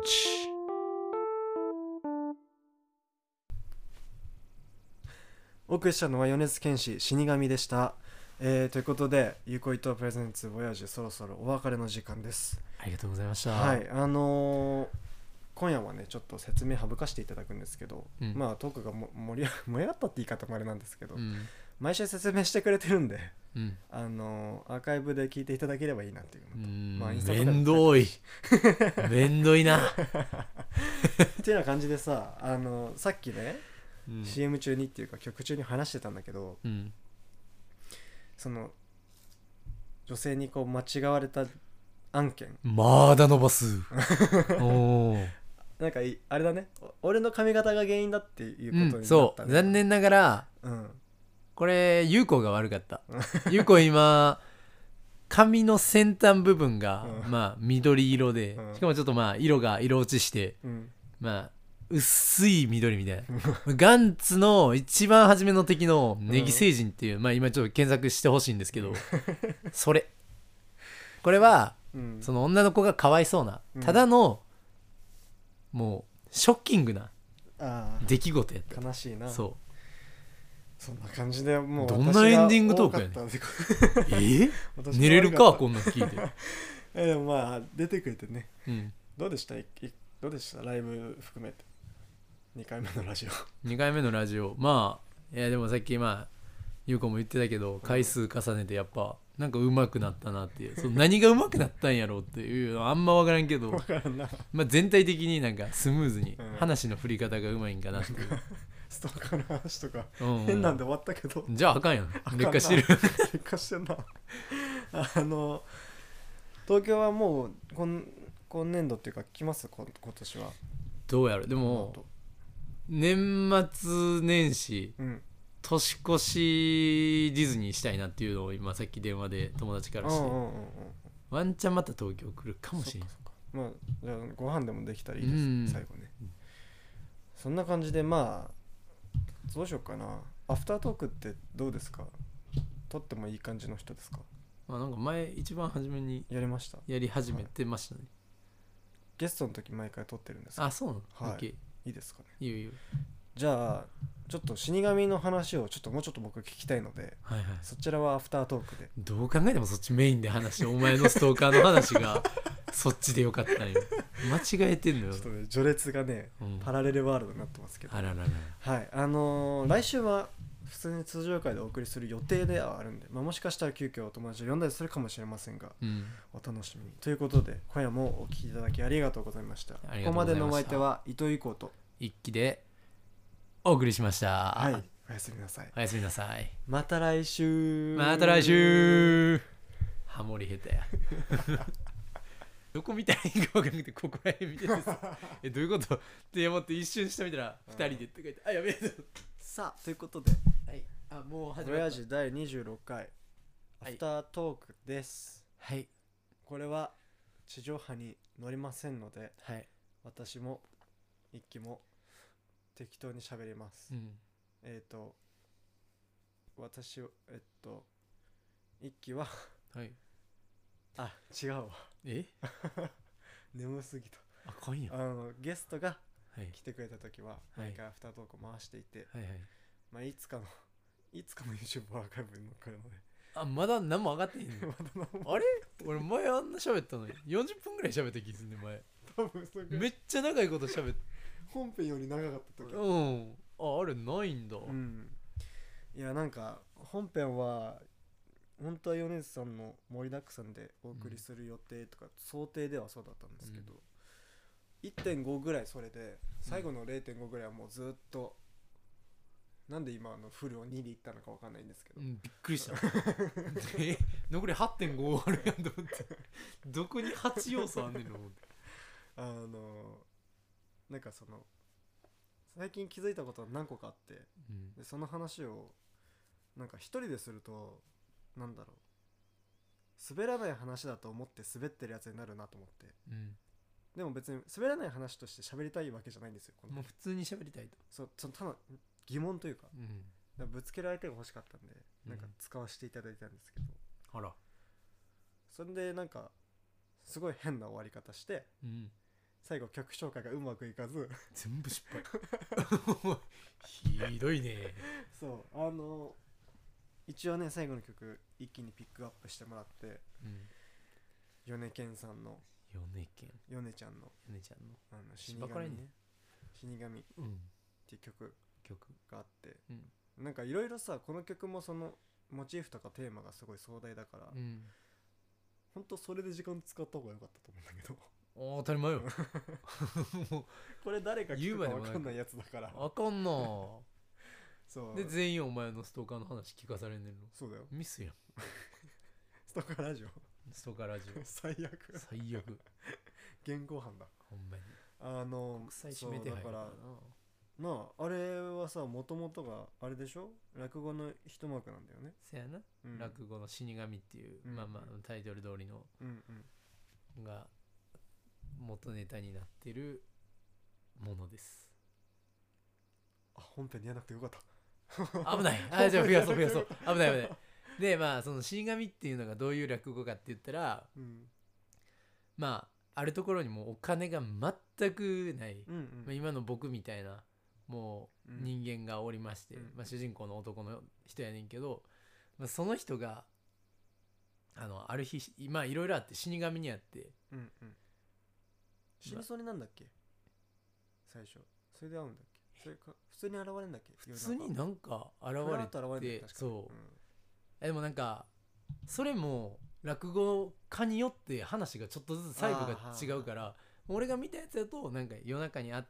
お送りしたのは米津玄師死神でした、えー、ということでゆうこいとプレゼンツボヤージュそろそろお別れの時間です。 ありがとうございました。 はいあのー、今夜はねちょっと説明省かしていただくんですけど、 うん、 まあトークがも盛り盛り上がったって言い方もあれなんですけど、 うん、 毎週説明してくれてるんで、 うん、 あのー、アーカイブで聞いていただければいいなっていうのと、 うんまあインスタとかでめんどいめんどいなっていうような感じでさ、あのー、さっきね、うん、シーエム 中にっていうか曲中に話してたんだけど、 うん、 その女性にこう間違われた案件まだ伸ばすおなんかあれだね俺の髪型が原因だっていうことになった、ねうん、そう残念ながら、 うん、 これ優子が悪かった優子今髪の先端部分が、うん、まあ緑色で、うん、しかもちょっとまあ色が色落ちして、うん、まあ薄い緑みたいなガンツの一番初めの敵のネギ星人っていう、うん、まあ今ちょっと検索してほしいんですけどそれこれは、うん、その女の子がかわいそうなただの、うん、もうショッキングな出来事やった。 悲しいな。 そうそんな感じでもうどんなエンディングトークやねんえ寝れるかこんなん聞いてえでもまあ出てくれてね、 うん、 どうでしたどうでしたライブ含めてにかいめのラジオにかいめのラジオまあいやでもさっきまあゆうこも言ってたけど回数重ねてやっぱなんか上手くなったなっていうその何が上手くなったんやろうっていうのはあんま分からんけど分からんなまあ全体的になんかスムーズにうん話の振り方がうまいんかなっていう、 ストーカーの話とかうんうん変なんで終わったけどじゃああかんやんあかんな劣化してる劣化してんなあの東京はもう今今年度っていうか来ますこ今年はどうやろでも年末年始うん年越しディズニーしたいなっていうのを今さっき電話で友達からしてうんうんうんうんワンチャンまた東京来るかもしれんそっかそっかまあじゃあご飯でもできたらいいです、 うん最後ねそんな感じでまあどうしようかなアフタートークってどうですか撮ってもいい感じの人ですかまあなんか前一番初めにやりましたやり始めてましたね、 ゲストの時毎回撮ってるんですかあそうなの、 はい OK いいですかねいいよいいよじゃあちょっと死神の話をちょっともうちょっと僕聞きたいのではいはいそちらはアフタートークでどう考えてもそっちメインで話してお前のストーカーの話がそっちでよかったんよ間違えてんのよちょっとね序列がね、 うんパラレルワールドになってますけどあらららはいあのー来週は普通に通常回でお送りする予定ではあるんで、まあ、もしかしたら急遽お友達を呼んだりするかもしれませんがうんお楽しみにということで今夜もお聞きいただきありがとうございましたありここまでがとうございましたのお相手は伊藤由子と一気でお送りしましたはいおやすみなさいおやすみなさいまた来週また来週ハモリ下手やどこ見たらいいか分からなくてここら辺見ててさえどういうことって思って一瞬下見たらふたりでって書いてあやべえとさあということではいあもう始ボヤまったージだいにじゅうろっかいアフタートークです、 はいこれは地上波に乗りませんのではい私も一輝も適当に喋ります、 うんえっ、ー、と私をえっと一輝ははいあ違うわえ眠すぎたあかんやあのゲストがはい来てくれた時は毎回アフタートークを回していて、 はいはいまあいつかのいつかの YouTube アーカイブに載っかるのであまだ何も上がってへんのまだ何もあれ俺前あんな喋ったのによんじゅっぷんぐらい喋った気すんね前多分それめっちゃ長いこと喋っ本編より長かった時うんああれないんだ、 うんいやなんか本編は本当は米津さんの盛りだくさんでお送りする予定とか、想定ではそうだったんですけど、いってんご ぐらいそれで最後の れいてんご ぐらいはもうずっと、なんで今あのフルをにでいったのか分かんないんですけど、 うん、びっくりしたえ残り はってんご あるやんと思ってどこにはち要素あんねんの思ってあのなんかその最近気づいたことが何個かあって、 うんでその話をなんか一人でするとなんだろう滑らない話だと思って滑ってるやつになるなと思って、 うんでも別に滑らない話として喋りたいわけじゃないんですよこのもう普通に喋りたいとそうそのただ疑問というか、 うんだからぶつける相手が欲しかったんでなんかうん使わせていただいたんですけど、 あらそれでなんかすごい変な終わり方してうん最後曲紹介がうまくいかず全部失敗ひどいねそうあの一応ね最後の曲一気にピックアップしてもらってうん米健さんの米健米ちゃんの米ちゃんのあの死芝からに神ね死神っうんていう曲曲があってうんなんかいろいろさこの曲もそのモチーフとかテーマがすごい壮大だから、 うんほんとそれで時間使った方が良かったと思うんだけどあ当たり前よもこれ誰か聞くか言うまでもなく分かんないやつだからうあかんなそうで全員お前のストーカーの話聞かされんねんのそうだよミスやんストーカーラジオストーカーラジオ最悪最悪現行犯だほんまにあの国際指名手配だからそうだからなああれはさもともとがあれでしょ落語の一幕なんだよねせやな、 うん落語の死神っていう、 うんまあまあタイトル通りのうんうんが元ネタになってるものですあ本編にやらなくてよかった危ないあじゃあ増やそう増やそう危ない危ないでまあその死神っていうのがどういう落語かって言ったらうんまああるところにもうお金が全くない、 うんうんまあ、今の僕みたいなもううん人間がおりまして、 うんまあ、主人公の男の人やねんけど、まあ、その人があのある日まあいろいろあって死神にあってうんうん死にそうになんだっけ最初それで会うんだっけそれか普通に現れるんだっけ普通になんか現ふらっと現れれてるんだよ確かにそう、えでもなんかそれも落語家によって話がちょっとずつ細部が違うから、俺が見たやつだとなんか夜中にあって、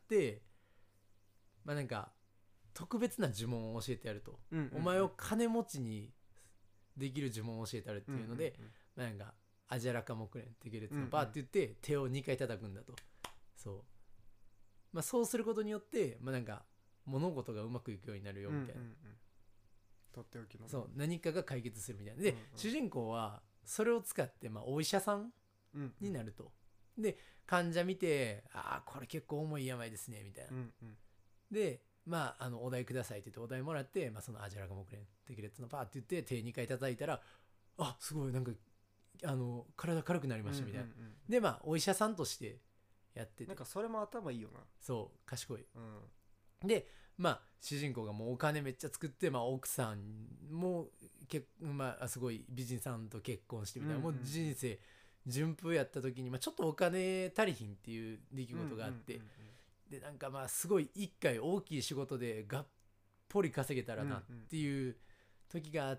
まあなんか特別な呪文を教えてやると、 うんうんうん、 お前を金持ちにできる呪文を教えてやるっていうので、うんうんうん、まあ、なんかアジャラカモクレンってゲレツのバーって言って手をにかい叩くんだと。そう、まあ、そうすることによって、まあ、なんか物事がうまくいくようになるよみたいな、うんうんうん、 とっておきの、 そう何かが解決するみたいなで、うんうん、主人公はそれを使って、まあ、お医者さんになると、うんうん、で患者見て、ああこれ結構重い病ですねみたいな、うんうん、でまああのお題くださいって言ってお題もらって、まあ、そのアジャラカモクレンテキレッツのパーって言って手にかい叩いたら、あすごいなんかあの体軽くなりましたみたいな、うんうんうん、でまあお医者さんとしてやってて、 なんかそれも頭いいよな。 そう賢い、うん、でまあ主人公がもうお金めっちゃ作って、まあ、奥さんもけ、まあ、すごい美人さんと結婚してみたいな、うんうん、もう人生順風やった時に、まあ、ちょっとお金足りひんっていう出来事があって、うんうんうんうん、でなんかまあすごい一回大きい仕事でがっぽり稼げたらなっていう時があって、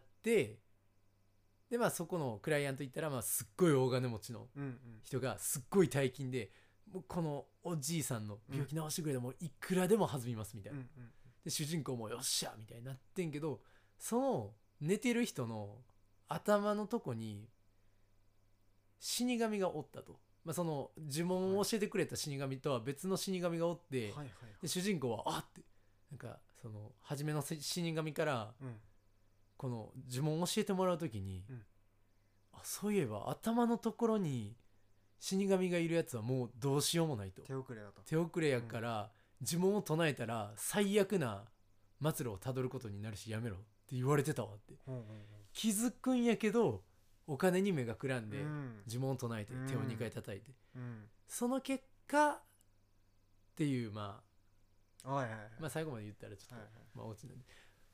でまあそこのクライアント行ったら、まあすっごい大金持ちの人がすっごい大金で、もうこのおじいさんの病気治してくれてもいくらでも弾みますみたいな、うんうん、で主人公もよっしゃみたいになってんけど、その寝てる人の頭のとこに死神がおったと、まあ、その呪文を教えてくれた死神とは別の死神がおって、はいはいはい、で主人公はあってなんかその初めの死神から、うん、この呪文を教えてもらうときに、うん、あそういえば頭のところに死神がいるやつはもうどうしようもないと、 手遅れだと、 手遅れやから、うん、呪文を唱えたら最悪な末路をたどることになるしやめろって言われてたわって、うんうんうん、気づくんやけどお金に目がくらんで、うん、呪文を唱えて手をにかい叩いて、うん、その結果っていうまあ、はいはいはい、まあ最後まで言ったらちょっと、はいはい、まあ落ちなんで、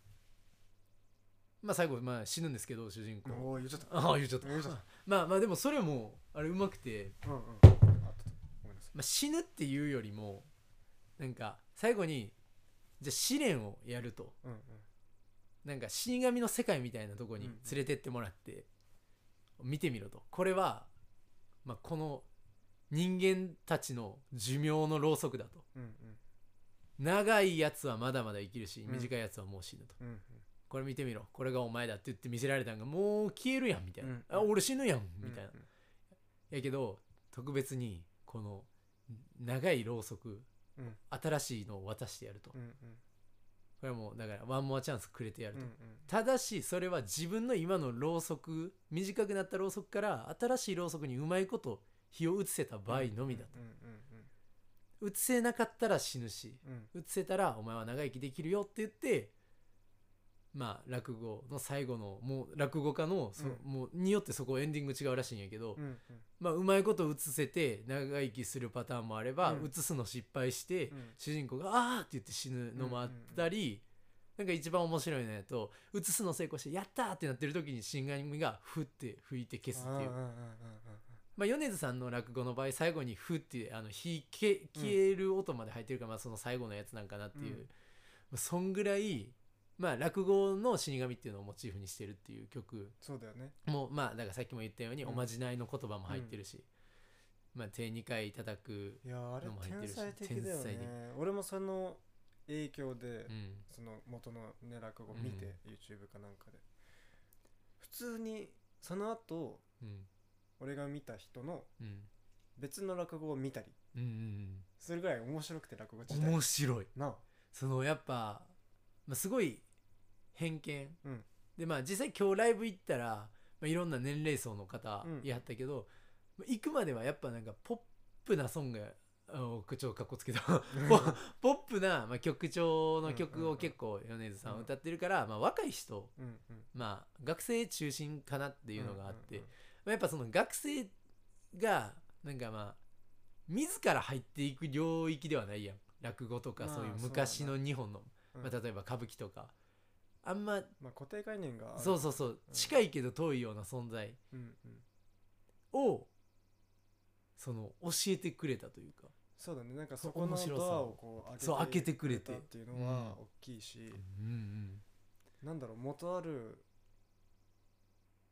まあ最後まあ死ぬんですけど主人公、 おー言っちゃったああ言っちゃったまあまあでもそれもあれうまくて、うんうん、まあ、死ぬっていうよりもなんか最後にじゃあ試練をやると、うんうん、なんか死神の世界みたいなとこに連れてってもらって、うんうん、見てみろと、これは、まあ、この人間たちの寿命のろうそくだと、うんうん、長いやつはまだまだ生きるし短いやつはもう死ぬと、うんうん、これ見てみろこれがお前だって言って見せられたんがもう消えるやんみたいな、うんうん、あ俺死ぬやんみたいな、うんうん、やけど特別にこの長いろうそく、うん、新しいのを渡してやると、うんうん、これはもうだからワンモアチャンスくれてやると、うんうん、ただしそれは自分の今のろうそく短くなったろうそくから新しいろうそくにうまいこと火を移せた場合のみだと、うんうんうん、移せなかったら死ぬし、うん、移せたらお前は長生きできるよって言って、まあ落語の最後のもう落語家のそ、うん、もうによってそこエンディング違うらしいんやけど、うんうん、まあうまいこと移せて長生きするパターンもあれば、うん、移すの失敗して、うん、主人公があーって言って死ぬのもあったり、うんうんうん、なんか一番面白いのやと移すの成功してやったーってなってる時に死神がふって吹いて消すっていう、まあ、米津さんの落語の場合最後にふってあの火消える音まで入ってるから、まあ、その最後のやつなんかなっていう、うん、そんぐらいまあ落語の死神っていうのをモチーフにしてるっていう曲、 そうだよね、 もうまあだからさっきも言ったように、うん、おまじないの言葉も入ってるし、うん、まあ手にかい叩くのも入ってるし、いやあれ天才的だよね。俺もその影響で、うん、その元の、ね、落語見て、うん、YouTube かなんかで普通にその後、うん、俺が見た人の別の落語を見たりするぐらい面白くて、落語自体面白いな、 そのやっぱ、まあ、すごい偏見、うん、でまあ実際今日ライブ行ったら、まあ、いろんな年齢層の方やったけど、うん、行くまではやっぱなんかポップなソング口調かっこつけたポップな、まあ、曲調の曲を結構米津さん歌ってるから、まあ、若い人、うんうん、まあ学生中心かなっていうのがあって、うんうんうん、まあ、やっぱその学生がなんかまあ自ら入っていく領域ではないやん、落語とかそういう昔の日本の、まあ、例えば歌舞伎とかあんま、 まあ、固定概念がある、 そうそうそう、うん、近いけど遠いような存在をその教えてくれたというか、 そうだね、なんかそこのドアをこうそう開けてくれてっていうのは大きいし、うんうん、なんだろう元ある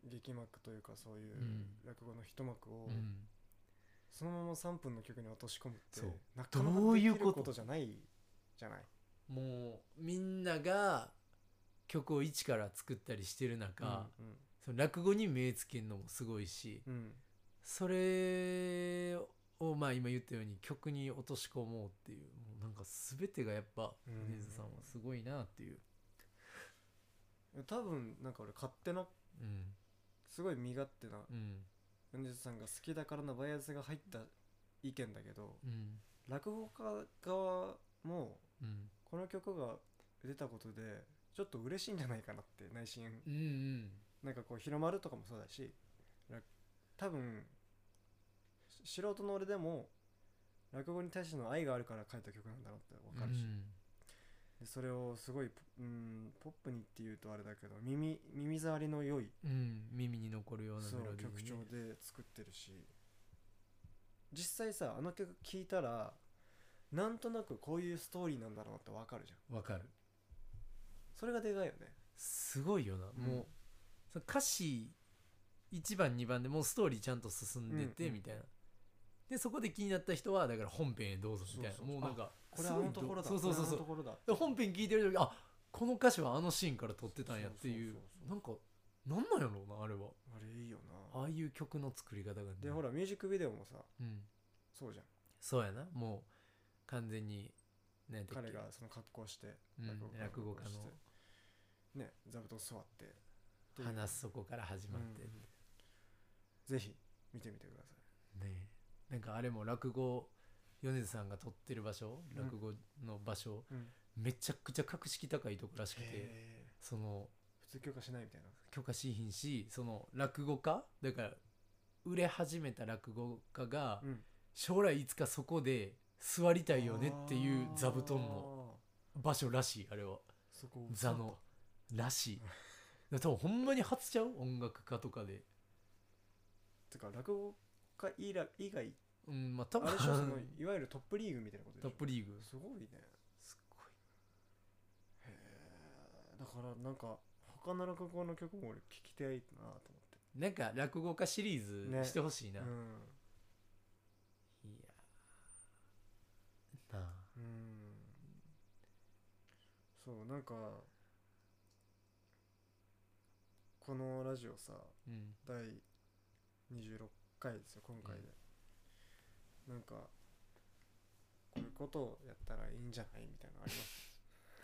劇幕というかそういううん落語の一幕をうんそのままさんぷんの曲に落とし込むってそうなかなかどうできるいうことことじゃないじゃない。 もうみんなが曲を一から作ったりしてる中、 うんその落語に目つけるのもすごいし、 うんうんそれをまあ今言ったように曲に落とし込もうっていう、もうなんか全てがやっぱうん米津さんはすごいなっていう。 多分なんか俺勝手なうんすごい身勝手なうん米津さんが好きだからのバイアスが入った意見だけど、 うん落語家側もうんこの曲が出たことでちょっと嬉しいんじゃないかなって内心うんうんなんかこう広まるとかもそうだし、ら多分し素人の俺でも落語に対しての愛があるから書いた曲なんだろうって分かるし、でそれをすごいポ、うん、ポップにっていうとあれだけど耳耳障りの良いうんうん耳に残るようなそうメロディー曲にね調で作ってるし、実際さあの曲聴いたらなんとなくこういうストーリーなんだろうなって分かるじゃん。 わかる。 それがでかいよね。 すごいよな、 うんもうその歌詞いちばんにばんでもうストーリーちゃんと進んでてうんうんみたいな、でそこで気になった人はだから本編へどうぞみたいな、 そうそうそうもうなんかこれあのところだそうそうそうそうこれあのところだで本編聞いてる時あこの歌詞はあのシーンから撮ってたんやっていう、 そうそうそうそうなんかなんなんやろうなあれは、 あれいいよな。 ああいう曲の作り方がね、 でほらミュージックビデオもさうん、 そうじゃん。 そうやな、もう完全に何やったっけ彼がその格好してうん落落語家のしてね座布団座ってっていう話すそこから始まって、 うんぜひ見てみてくださねえなんかあれも落語米津さんが撮ってる場所、 うん落語の場所い、うん、 めちゃくちゃ格式高いとこらしくて、 へーその普通許可しないみたいな。 許可しひんし、その落語家だから売れ始めた落語家がうん将来いつかそこで座りたいよねっていう座布団のあー場所らしい、あれはそこ座のらしい。だから多分ほんまに初ちゃう音楽家とかで、 てか落語家以来以外うんまあ多分あれでしょそのいわゆるトップリーグみたいなことでしょ。 トップリーグすごいね。 すっごい。 へーだからなんか他の落語の曲も俺聞きたいなと思ってなんか落語家シリーズしてほしいな、 うんいやなあうんそうなんかこのラジオさうんだいにじゅうろっかいですよ今回で、なんかこういうことをやったらいいんじゃないみたいなのあります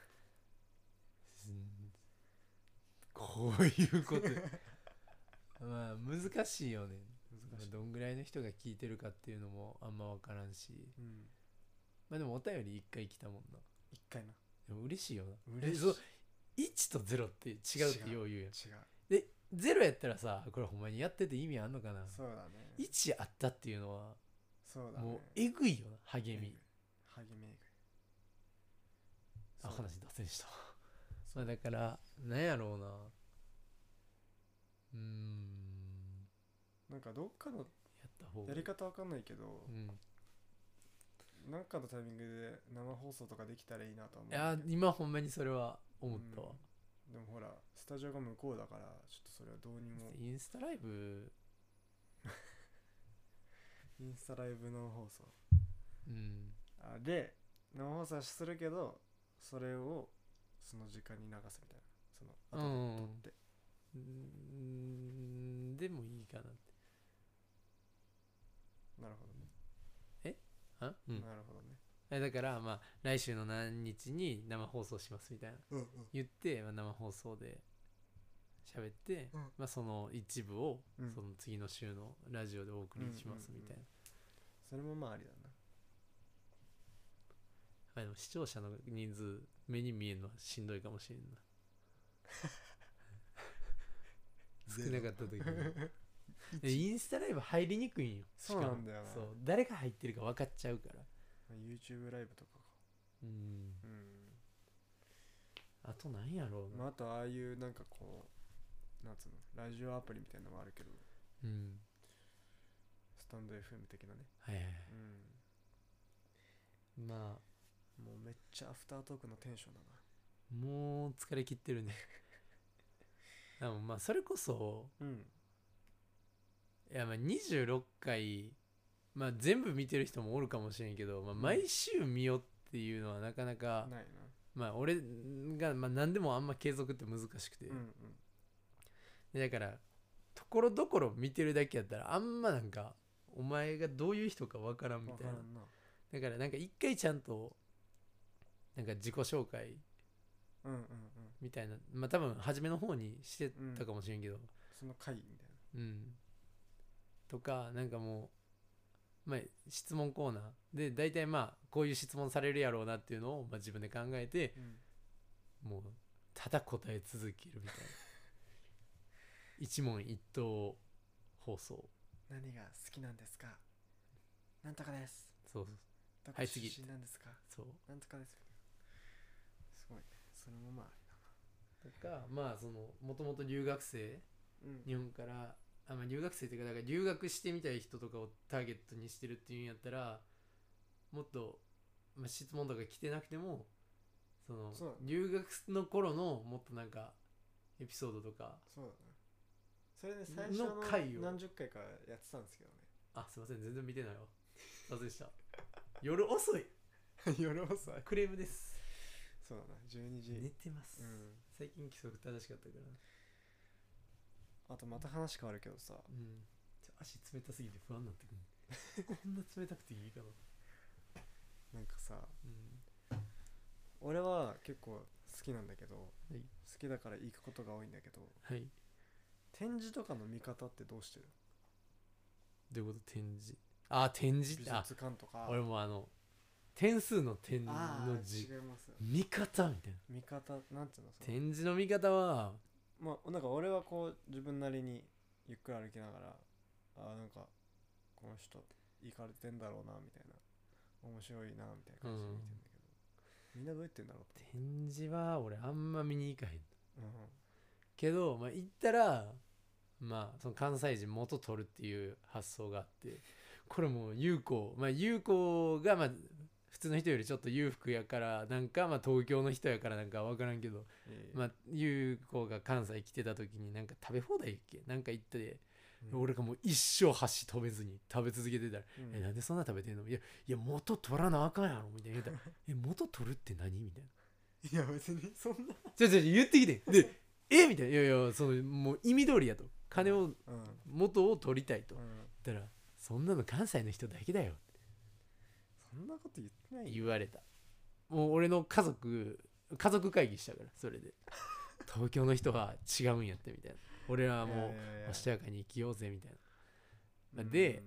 うんこういうことまあ難しいよね。 難しい、 どんぐらいの人が聞いてるかっていうのもあんま分からんし、 うん、 まあでもお便りいっかい来たもんな。 一回なでも嬉しいよな。 嬉しいえそういちとゼロって違うってよう言うやん。 違うでゼロやったらさこれほんまにやってて意味あんのかな。 そうだねいちあったっていうのはそうだねもうえぐいよな、励み。 励みえぐいあそう話脱線した。 そうまあだからなんやろうな、うーんなんかどっかのやった方がやり方わかんないけどう、ん、 なんかのタイミングで生放送とかできたらいいなとは思いうやんだけど今ほんまにそれは思ったわ、 でもほらスタジオが向こうだからちょっとそれはどうにもインスタライブインスタライブ生放送うんあで生放送はするけどそれをその時間に流すみたいなその後で撮って、 うーんでもいいかなって。 なるほどね、 あ、うん、 なるほどねえだからまあ来週の何日に生放送しますみたいなうんうん言って、まあ、生放送で喋って、 うんまあ、その一部をうんその次の週のラジオでお送りしますみたいな、 それもまあありだなまあ、でも視聴者の人数目に見えるのはしんどいかもしれんな少なかった時にでインスタライブ入りにくいんよ。 そうなんだよなしかもそう誰が入ってるか分かっちゃうから。 YouTube ライブとかかうんうんあとなんやろうな、 まああとああいうなんかこうなんつうのラジオアプリみたいなのもあるけどうんスタンド エフエム 的なねはいはいはい、 うんまあもうめっちゃアフタートークのテンションだなもう疲れ切ってるねでもまあそれこそうんいやまあにじゅうろっかい、まあ、全部見てる人もおるかもしれんけど、まあ、毎週見よっていうのはなかなか、 ないまあ俺が、まあ、何でもあんま継続って難しくて、 なうんうんでだからところどころ見てるだけやったらあんまなんかお前がどういう人かわからんみたいな。 わからんなだからなんか一回ちゃんとなんか自己紹介うんうんうんみたいな、まあ多分初めの方にしてたかもしれんけど、 その回みたいなうん、とかなんかもう、まあ、質問コーナーで大体まあこういう質問されるやろうなっていうのをまあ自分で考えて、もうただ答え続けるみたいな一問一答放送。 何が好きなんですかなんとかですそうそうどこはい次出身なんですかそうなんとかですすごいねそれもまああとかまあそのもともと留学生れだなうん日本からあ、まあ、留学生っていうかだから留学してみたい人とかをターゲットにしてるっていうんやったらもっと、まあ、質問とか来てなくてもそのそう留学の頃のもっとなんかエピソードとかそうだねそれで最初のの回を何十回かやってたんですけどあすいません全然見てないわ忘れした夜遅いね夜遅いクレームですそうだなじゅうにじ寝てます、 うん最近規則正しかったからあとまた話変わるけどさうんちょ足冷たすぎて不安になってくるこんな冷たくていいかななんかさうん俺は結構好きなんだけどはい好きだから行くことが多いんだけどはい展示とかの見方ってどうしてるどういうこと展示あ展示美ってあ術館とか俺もあの点数の点のあー字違います見方みたいな見方なんていうのその展示の見方はまあなんか俺はこう自分なりにゆっくり歩きながらあなんかこの人行かれてんだろうなみたいな面白いなみたいな感じで見てんだけど、みんなどうやってんだろうと展示は俺あんま見に行かへん思う、 けど、まあ、行ったらまあその関西人元取るっていう発想があってこれもう優子まあ優子がまあ普通の人よりちょっと裕福やからなんかまあ東京の人やからなんか分からんけど、 ええまあ優子が関西来てた時になんか食べ放題やっけなんか行ってうん俺がもう一生箸止めずに食べ続けてたら「 うんえなんでそんな食べてんの?」いや「いや元取らなあかんやろ」みたいな言うたら「え元取るって何?」みたいないや別にそんな 「ちょちょ言ってきて」で「えみたいな「いやいやそのもう意味通りやと金をうん元を取りたいと」 うん言ったら「そんなの関西の人だけだよ」 そんなこと言ってないよ言われた。もう俺の家族家族会議したからそれで東京の人は違うんやってみたいな俺らはもいやいやいうやおしとやかに生きようぜみたいなで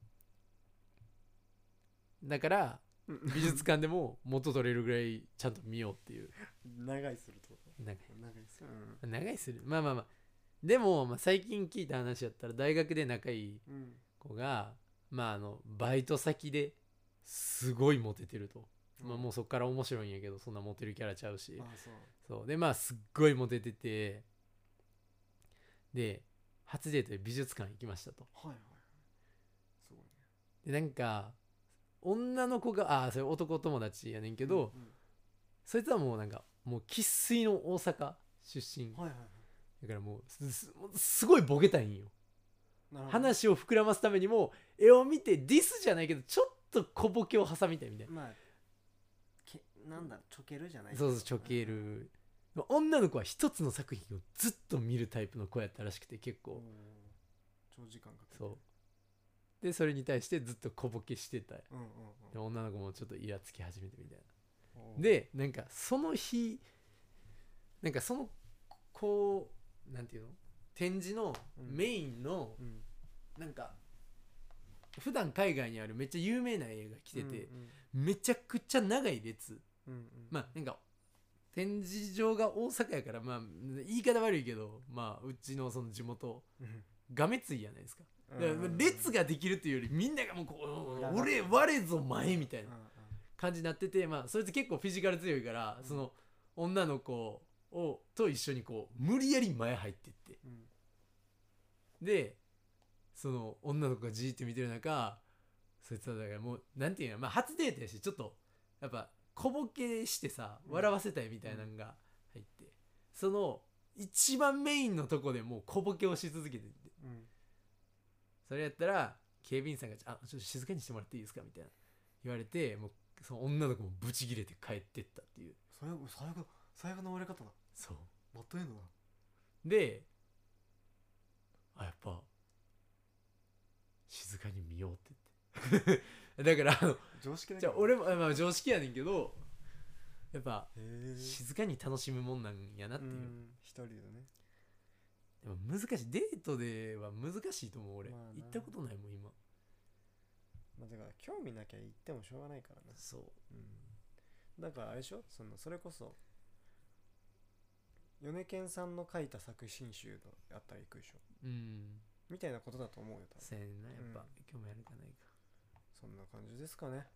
だからうん美術館でも元取れるぐらいちゃんと見ようっていう長いするってことなんか長いするうん長いするまあまあまあでも、まあ、最近聞いた話やったら大学で仲いいうん子がまああのバイト先ですごいモテてると、まあ、もうそっから面白いんやけどそんなモテるキャラちゃうしあそうそうでまあすっごいモテててで初デートで美術館行きましたとはいはいはいすごいねでなんか女の子がああそれ男友達やねんけど、 うんうんそいつはもうなんかもう生粋の大阪出身はいはいはいだからもうすすすごいボケたいんよなるほど話を膨らますためにも絵を見てディスじゃないけどちょっと小ボケを挟みたいみたいなまあけなんだろうちょけるじゃないそうそうちょける女の子は一つの作品をずっと見るタイプの子やったらしくて結構おー長時間かけてそうでそれに対してずっと小ボケしてたうんうんで女の子もちょっとイラつき始めてみたいうんなでなんかその日なんかそのこうなんていうの展示のメインのうんなんか普段海外にあるめっちゃ有名な映画来てて、 うんめちゃくちゃ長い列うんうんまあなんか展示場が大阪やからまあ言い方悪いけどまあうちのその地元うんがめついじゃないですかうんだから列ができるっていうよりみんながもうこうやば俺我ぞ前みたいなうんうん感じになっててまあそいつ結構フィジカル強いから、 うんその女の子をと一緒にこう無理やり前入ってってうんでその女の子がじーって見てる中そいつはだからもうなんていうのまあ初デートやしちょっとやっぱ小ボケしてさうん笑わせたいみたいなのが入って、その一番メインのとこでもう小ボケをし続けてて、 うんそれやったら警備員さんが「あ、ちょっと静かにしてもらっていいですか」みたいな言われて、もうその女の子もブチギレて帰ってったっていう。 最後最後最後の終わり方だ。 そうまっというのだ。 で、あ、やっぱ静かに見ようって言ってだからあの常識だけどじゃあ俺も、まあ、常識やねんけど、やっぱへえ静かに楽しむもんなんやなっていう、 うん一人でね。 でも難しい、デートでは難しいと思う俺、 まあな行ったことないもん今。 まあだから興味なきゃ行ってもしょうがないからな。 そうんだからあれでしょ、そのそれこそ米健さんの書いた作品集のあったら行くでしょう、うんみたいなことだと思うよ多分。 せやねんな、やっぱ、 うん興味あるかないか。 そんな感じですかね。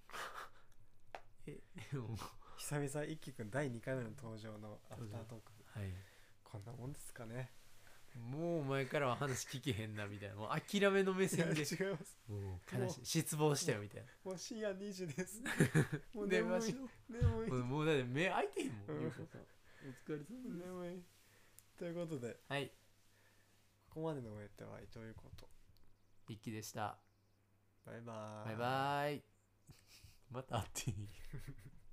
えでも久々一輝くんだいにかいめの登場のアフタートーク、 はいこんなもんですかね。 もうお前からは話聞けへんなみたいな、もう諦めの目いや違い線でます。 もう悲しい、失望したよみたいな。 もう深夜にじですもう寝眠いましょう。 眠いもうもうだって目開いてへんもん、 うんゆうこさんお疲れ様です。 眠いということではい、 ここまでのお相手は伊藤優子と一気でした。 バイバーイバイバーイ。また会っていい